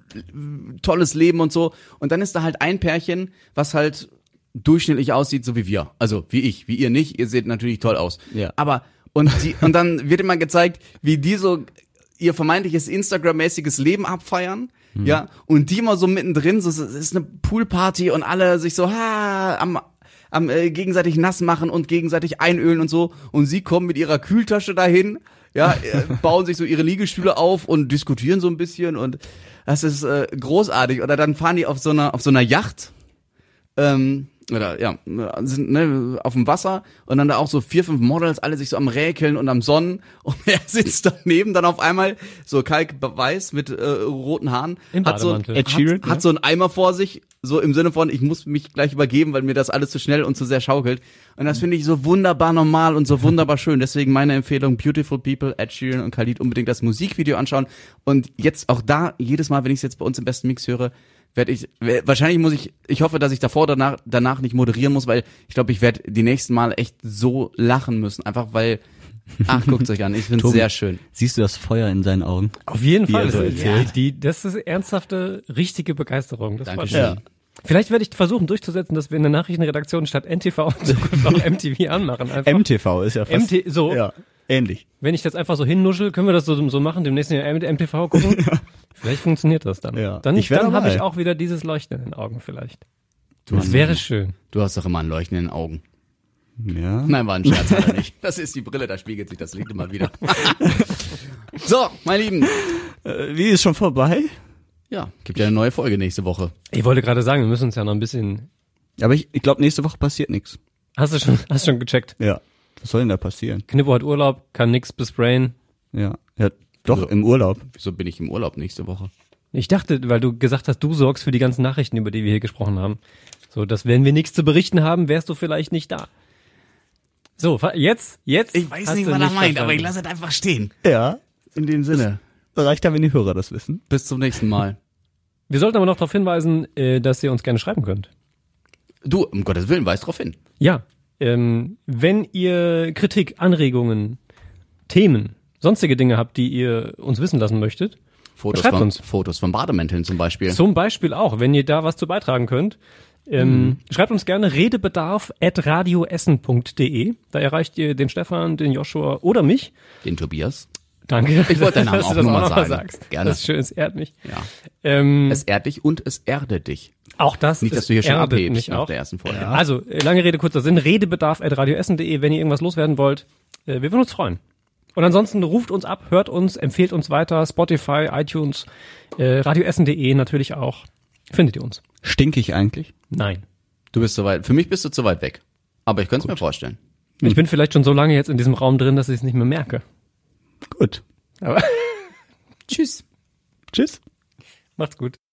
tolles Leben und so. Und dann ist da halt ein Pärchen, was halt durchschnittlich aussieht, so wie wir. Also wie ich, wie ihr nicht. Ihr seht natürlich toll aus. Ja. Aber und die, und dann wird immer gezeigt, wie die so ihr vermeintliches Instagram-mäßiges Leben abfeiern. Ja, und die immer so mittendrin, so, es ist eine Poolparty und alle sich so ha, am, am äh, gegenseitig nass machen und gegenseitig einölen und so. Und sie kommen mit ihrer Kühltasche dahin, ja, äh, bauen sich so ihre Liegestühle auf und diskutieren so ein bisschen und das ist äh, großartig. Oder dann fahren die auf so einer auf so einer Yacht, ähm, oder ja, sind ne, auf dem Wasser und dann da auch so vier, fünf Models, alle sich so am Räkeln und am Sonnen und er sitzt daneben dann auf einmal, so kalkweiß mit äh, roten Haaren, Im hat so, Bademantel. hat, Ed Sheeran, hat so einen Eimer vor sich, so im Sinne von, ich muss mich gleich übergeben, weil mir das alles zu schnell und zu sehr schaukelt. Und das finde ich so wunderbar normal und so wunderbar schön. Deswegen meine Empfehlung, Beautiful People, Ed Sheeran und Khalid, unbedingt das Musikvideo anschauen. Und jetzt auch da, jedes Mal, wenn ich es jetzt bei uns im besten Mix höre, werde ich, wahrscheinlich muss ich, ich hoffe, dass ich davor danach, danach nicht moderieren muss, weil ich glaube, ich werde die nächsten Mal echt so lachen müssen, einfach weil, ach, guckt's euch an, ich finde es sehr schön. Siehst du das Feuer in seinen Augen? Auf jeden Wie Fall. er so Das, erzählt. ist, die, das ist ernsthafte, richtige Begeisterung. Das war Dankeschön. schön. Vielleicht werde ich versuchen durchzusetzen, dass wir in der Nachrichtenredaktion statt N T V in Zukunft auch M T V anmachen. Einfach. M T V ist ja fast. M T so. Ja, ähnlich. Wenn ich das einfach so hinnuschel, können wir das so, so machen, demnächst in der M T V gucken? Vielleicht funktioniert das dann. Ja. Dann, Ich wär dann habe dabei. ich auch wieder dieses Leuchten in den Augen vielleicht. Du Das hast, wäre schön. du hast doch immer ein Leuchten in den Augen. Ja. Nein, war ein Scherz, hat er nicht. Das ist die Brille, da spiegelt sich das Licht immer wieder. So, meine Lieben. Äh, wie ist schon vorbei? Ja, gibt ja eine neue Folge nächste Woche. Ich wollte gerade sagen, wir müssen uns ja noch ein bisschen. Aber ich, ich glaube, nächste Woche passiert nichts. Hast du schon, hast schon gecheckt? Ja. Was soll denn da passieren? Knippo hat Urlaub, kann nix besprayen. Ja. Ja, doch, Also- im Urlaub. Wieso bin ich im Urlaub nächste Woche? Ich dachte, weil du gesagt hast, du sorgst für die ganzen Nachrichten, über die wir hier gesprochen haben. So, dass wenn wir nichts zu berichten haben, wärst du vielleicht nicht da. So, fa- jetzt, jetzt. Ich weiß hast nicht, du was er meint, aber ich verstanden. lasse es einfach stehen. Ja. In dem Sinne. Reicht ja, wenn die Hörer das wissen. Bis zum nächsten Mal. Wir sollten aber noch darauf hinweisen, äh, dass ihr uns gerne schreiben könnt. Du, um Gottes Willen, weis drauf hin. Ja, ähm, wenn ihr Kritik, Anregungen, Themen, sonstige Dinge habt, die ihr uns wissen lassen möchtet, Fotos Schreibt von, uns. Fotos von Bademänteln zum Beispiel. zum Beispiel auch, wenn ihr da was zu beitragen könnt, ähm, schreibt uns gerne redebedarf at radioessen punkt de. Da erreicht ihr den Stefan, den Joshua oder mich. Den Tobias. Danke. Ich wollte deinen Namen dass auch du das nur mal noch sagen. sagst. Gerne. Das ist schön, es ehrt mich. Ja. Ähm, Es ehrt dich und es erdet dich. auch das Nicht, dass ist du hier schon erdet abhebst mich nach auch. der ersten Folge. Also, äh, lange Rede, kurzer Sinn, redebedarf at radioessen punkt de, wenn ihr irgendwas loswerden wollt. Äh, wir würden uns freuen. Und ansonsten ruft uns ab, hört uns, empfehlt uns weiter, Spotify, iTunes, äh, radioessen punkt de natürlich auch. Findet ihr uns? Stink ich eigentlich? Nein. Du bist zu weit. Für mich bist du zu weit weg. Aber ich könnte es mir vorstellen. Ich bin vielleicht schon so lange jetzt in diesem Raum drin, dass ich es nicht mehr merke. Gut. Aber Tschüss. Tschüss. macht's gut.